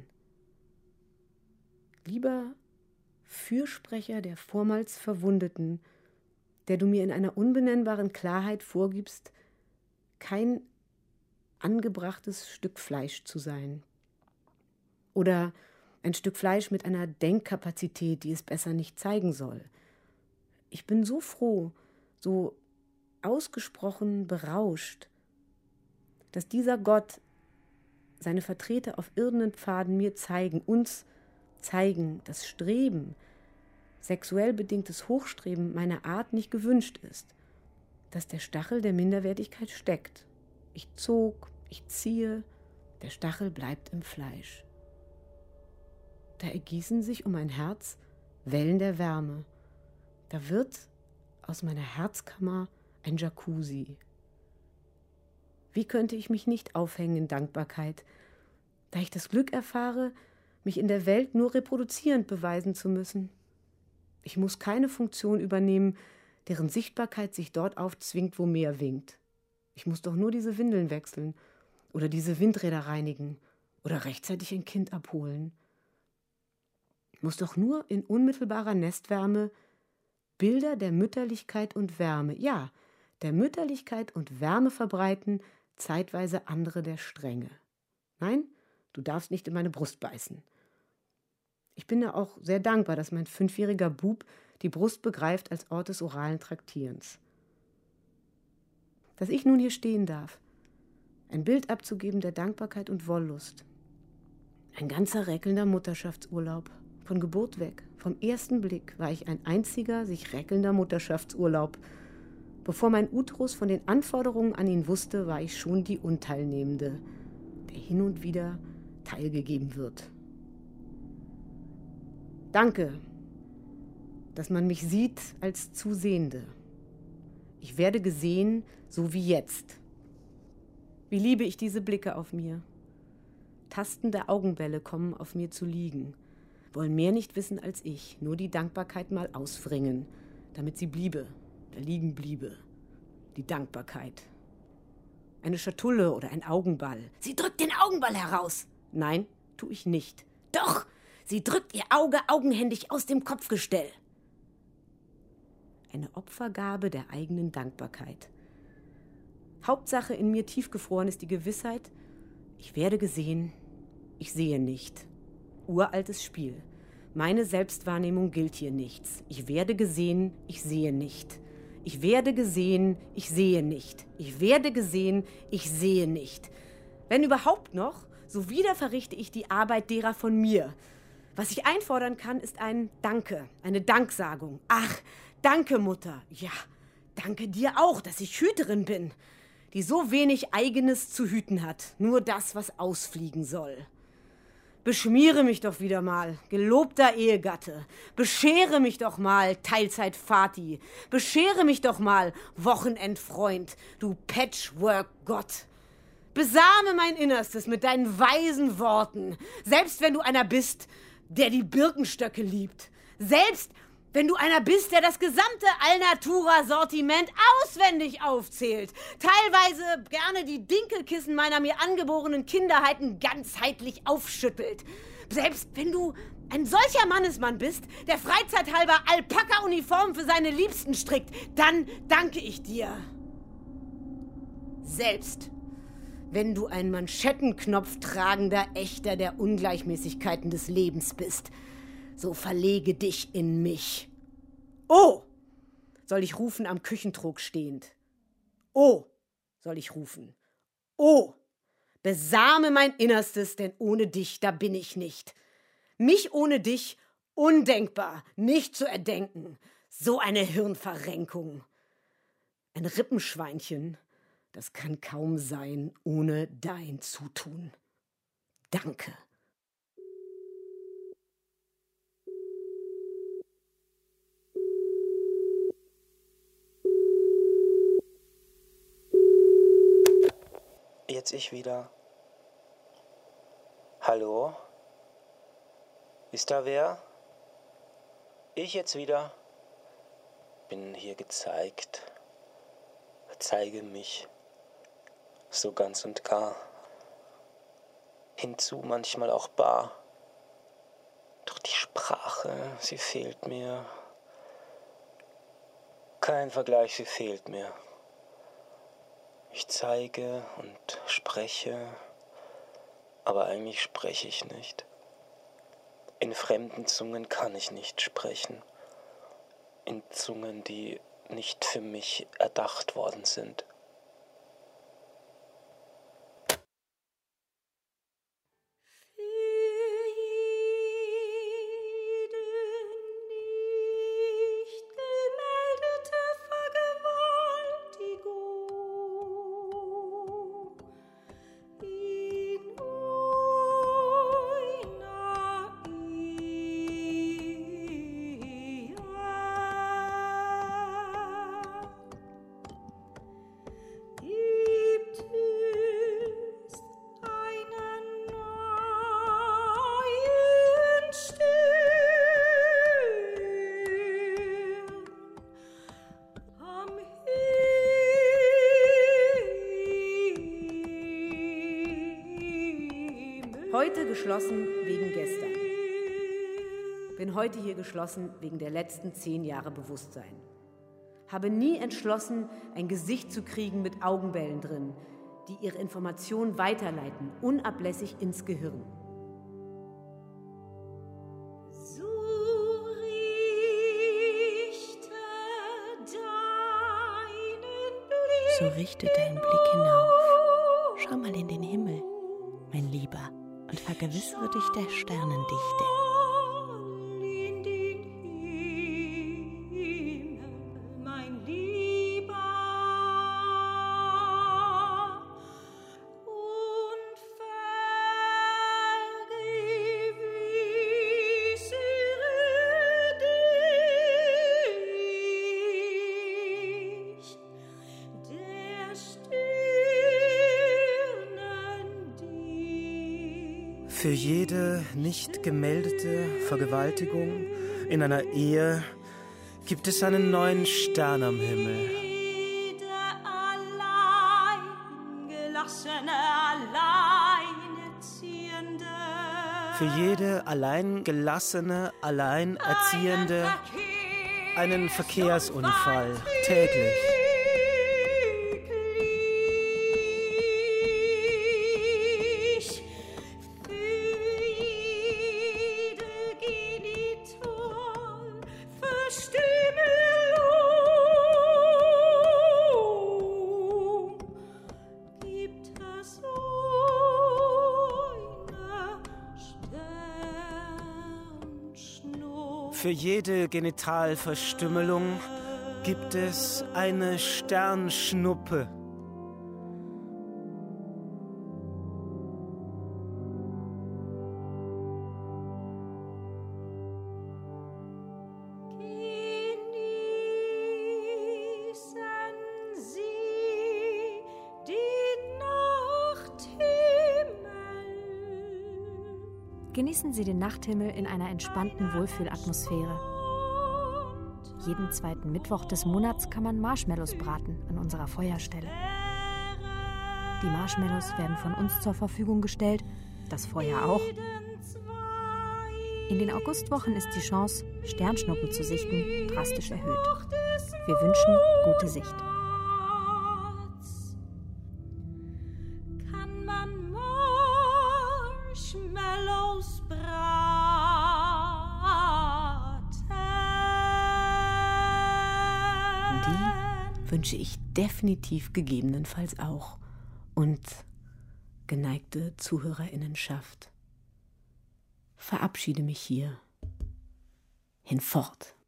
[SPEAKER 4] Lieber Fürsprecher der vormals Verwundeten, der du mir in einer unbenennbaren Klarheit vorgibst, kein angebrachtes Stück Fleisch zu sein. Oder ein Stück Fleisch mit einer Denkkapazität, die es besser nicht zeigen soll. Ich bin so froh, so ausgesprochen berauscht, dass dieser Gott seine Vertreter auf irrenden Pfaden mir zeigen, uns zeigen, dass Streben, sexuell bedingtes Hochstreben meiner Art nicht gewünscht ist, dass der Stachel der Minderwertigkeit steckt. Ich zog, ich ziehe, der Stachel bleibt im Fleisch. Da ergießen sich um mein Herz Wellen der Wärme. Da wird aus meiner Herzkammer ein Jacuzzi. Wie könnte ich mich nicht aufhängen in Dankbarkeit, da ich das Glück erfahre, mich in der Welt nur reproduzierend beweisen zu müssen? Ich muss keine Funktion übernehmen, deren Sichtbarkeit sich dort aufzwingt, wo mehr winkt. Ich muss doch nur diese Windeln wechseln oder diese Windräder reinigen oder rechtzeitig ein Kind abholen. Ich muss doch nur in unmittelbarer Nestwärme Bilder der Mütterlichkeit und Wärme, ja, der Mütterlichkeit und Wärme verbreiten, zeitweise andere der Strenge. Nein, du darfst nicht in meine Brust beißen. Ich bin ja auch sehr dankbar, dass mein 5-jähriger Bub die Brust begreift als Ort des oralen Traktierens. Dass ich nun hier stehen darf, ein Bild abzugeben der Dankbarkeit und Wollust. Ein ganzer räkelnder Mutterschaftsurlaub. Von Geburt weg, vom ersten Blick war ich ein einziger, sich räkelnder Mutterschaftsurlaub. Bevor mein Uterus von den Anforderungen an ihn wusste, war ich schon die Unteilnehmende, der hin und wieder teilgegeben wird. Danke, dass man mich sieht als Zusehende. Ich werde gesehen, so wie jetzt. Wie liebe ich diese Blicke auf mir. Tastende Augenbälle kommen auf mir zu liegen, wollen mehr nicht wissen als ich, nur die Dankbarkeit mal ausfringen, damit sie bliebe, da liegen bliebe. Die Dankbarkeit. Eine Schatulle oder ein Augenball. Sie drückt den Augenball heraus. Nein, tu ich nicht. Doch, sie drückt ihr Auge augenhändig aus dem Kopfgestell. Eine Opfergabe der eigenen Dankbarkeit. Hauptsache in mir tiefgefroren ist die Gewissheit, ich werde gesehen, ich sehe nicht. Uraltes Spiel. Meine Selbstwahrnehmung gilt hier nichts. Ich werde gesehen, ich sehe nicht. Ich werde gesehen, ich sehe nicht. Ich werde gesehen, ich sehe nicht. Wenn überhaupt noch, so wieder verrichte ich die Arbeit derer von mir. Was ich einfordern kann, ist ein Danke, eine Danksagung. Ach, danke, Mutter. Ja, danke dir auch, dass ich Hüterin bin, die so wenig Eigenes zu hüten hat. Nur das, was ausfliegen soll. Beschmiere mich doch wieder mal, gelobter Ehegatte. Beschere mich doch mal, Teilzeit-Vati. Beschere mich doch mal, Wochenendfreund, du Patchwork-Gott. Besahme mein Innerstes mit deinen weisen Worten, selbst wenn du einer bist, der die Birkenstöcke liebt. Selbst wenn du einer bist, der das gesamte Alnatura-Sortiment auswendig aufzählt, teilweise gerne die Dinkelkissen meiner mir angeborenen Kinderheiten ganzheitlich aufschüttelt. Selbst wenn du ein solcher Mannesmann bist, der freizeithalber Alpaka-Uniformen für seine Liebsten strickt, dann danke ich dir. Selbst wenn du ein Manschettenknopf tragender Ächter der Ungleichmäßigkeiten des Lebens bist, so verlege dich in mich. Oh, soll ich rufen am Küchentrog stehend. Oh, soll ich rufen. Oh, besahme mein Innerstes, denn ohne dich, da bin ich nicht. Mich ohne dich, undenkbar, nicht zu erdenken. So eine Hirnverrenkung. Ein Rippenschweinchen, das kann kaum sein ohne dein Zutun. Danke.
[SPEAKER 3] Jetzt ich wieder. Hallo? Ist da wer? Ich jetzt wieder. Bin hier gezeigt. Zeige mich. So ganz und gar. Hinzu manchmal auch bar. Doch die Sprache, sie fehlt mir. Kein Vergleich, sie fehlt mir. Ich zeige und spreche, aber eigentlich spreche ich nicht. In fremden Zungen kann ich nicht sprechen. In Zungen, die nicht für mich erdacht worden sind.
[SPEAKER 4] heute geschlossen wegen gestern. Bin heute hier geschlossen wegen der letzten 10 Jahre Bewusstsein. Habe nie entschlossen, ein Gesicht zu kriegen mit Augenbällen drin, die ihre Informationen weiterleiten, unablässig ins Gehirn.
[SPEAKER 5] So richte deinen Blick hinauf. Schau mal in den Himmel, mein Lieber, und vergewissere dich der Sternendichte.
[SPEAKER 3] Für jede nicht gemeldete Vergewaltigung in einer Ehe gibt es einen neuen Stern am Himmel. Für jede alleingelassene, Alleinerziehende einen Verkehrsunfall täglich. Für jede Genitalverstümmelung gibt es eine Sternschnuppe.
[SPEAKER 6] Genießen Sie den Nachthimmel in einer entspannten Wohlfühlatmosphäre. Jeden zweiten Mittwoch des Monats kann man Marshmallows braten an unserer Feuerstelle. Die Marshmallows werden von uns zur Verfügung gestellt, das Feuer auch. In den Augustwochen ist die Chance, Sternschnuppen zu sichten, drastisch erhöht. Wir wünschen gute Sicht.
[SPEAKER 4] Wünsche ich definitiv gegebenenfalls auch. Und geneigte ZuhörerInnenschaft, verabschiede mich hier hinfort.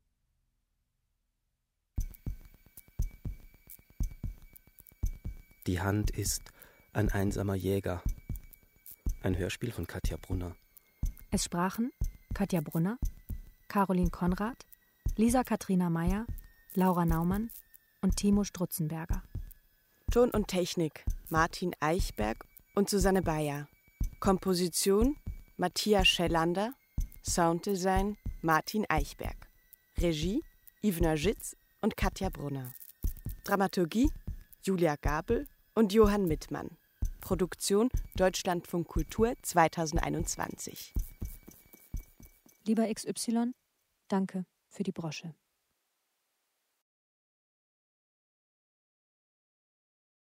[SPEAKER 3] Die Hand ist ein einsamer Jäger. Ein Hörspiel von Katja Brunner.
[SPEAKER 6] Es sprachen Katja Brunner, Caroline Konrad, Lisa Katrina Meyer, Laura Naumann und Timo Strutzenberger.
[SPEAKER 5] Ton und Technik Martin Eichberg und Susanne Bayer. Komposition Matthias Schellander. Sounddesign Martin Eichberg. Regie Ivna Schitz und Katja Brunner. Dramaturgie Julia Gabel und Johann Mittmann. Produktion Deutschlandfunk Kultur 2021.
[SPEAKER 6] Lieber XY, danke für die Brosche.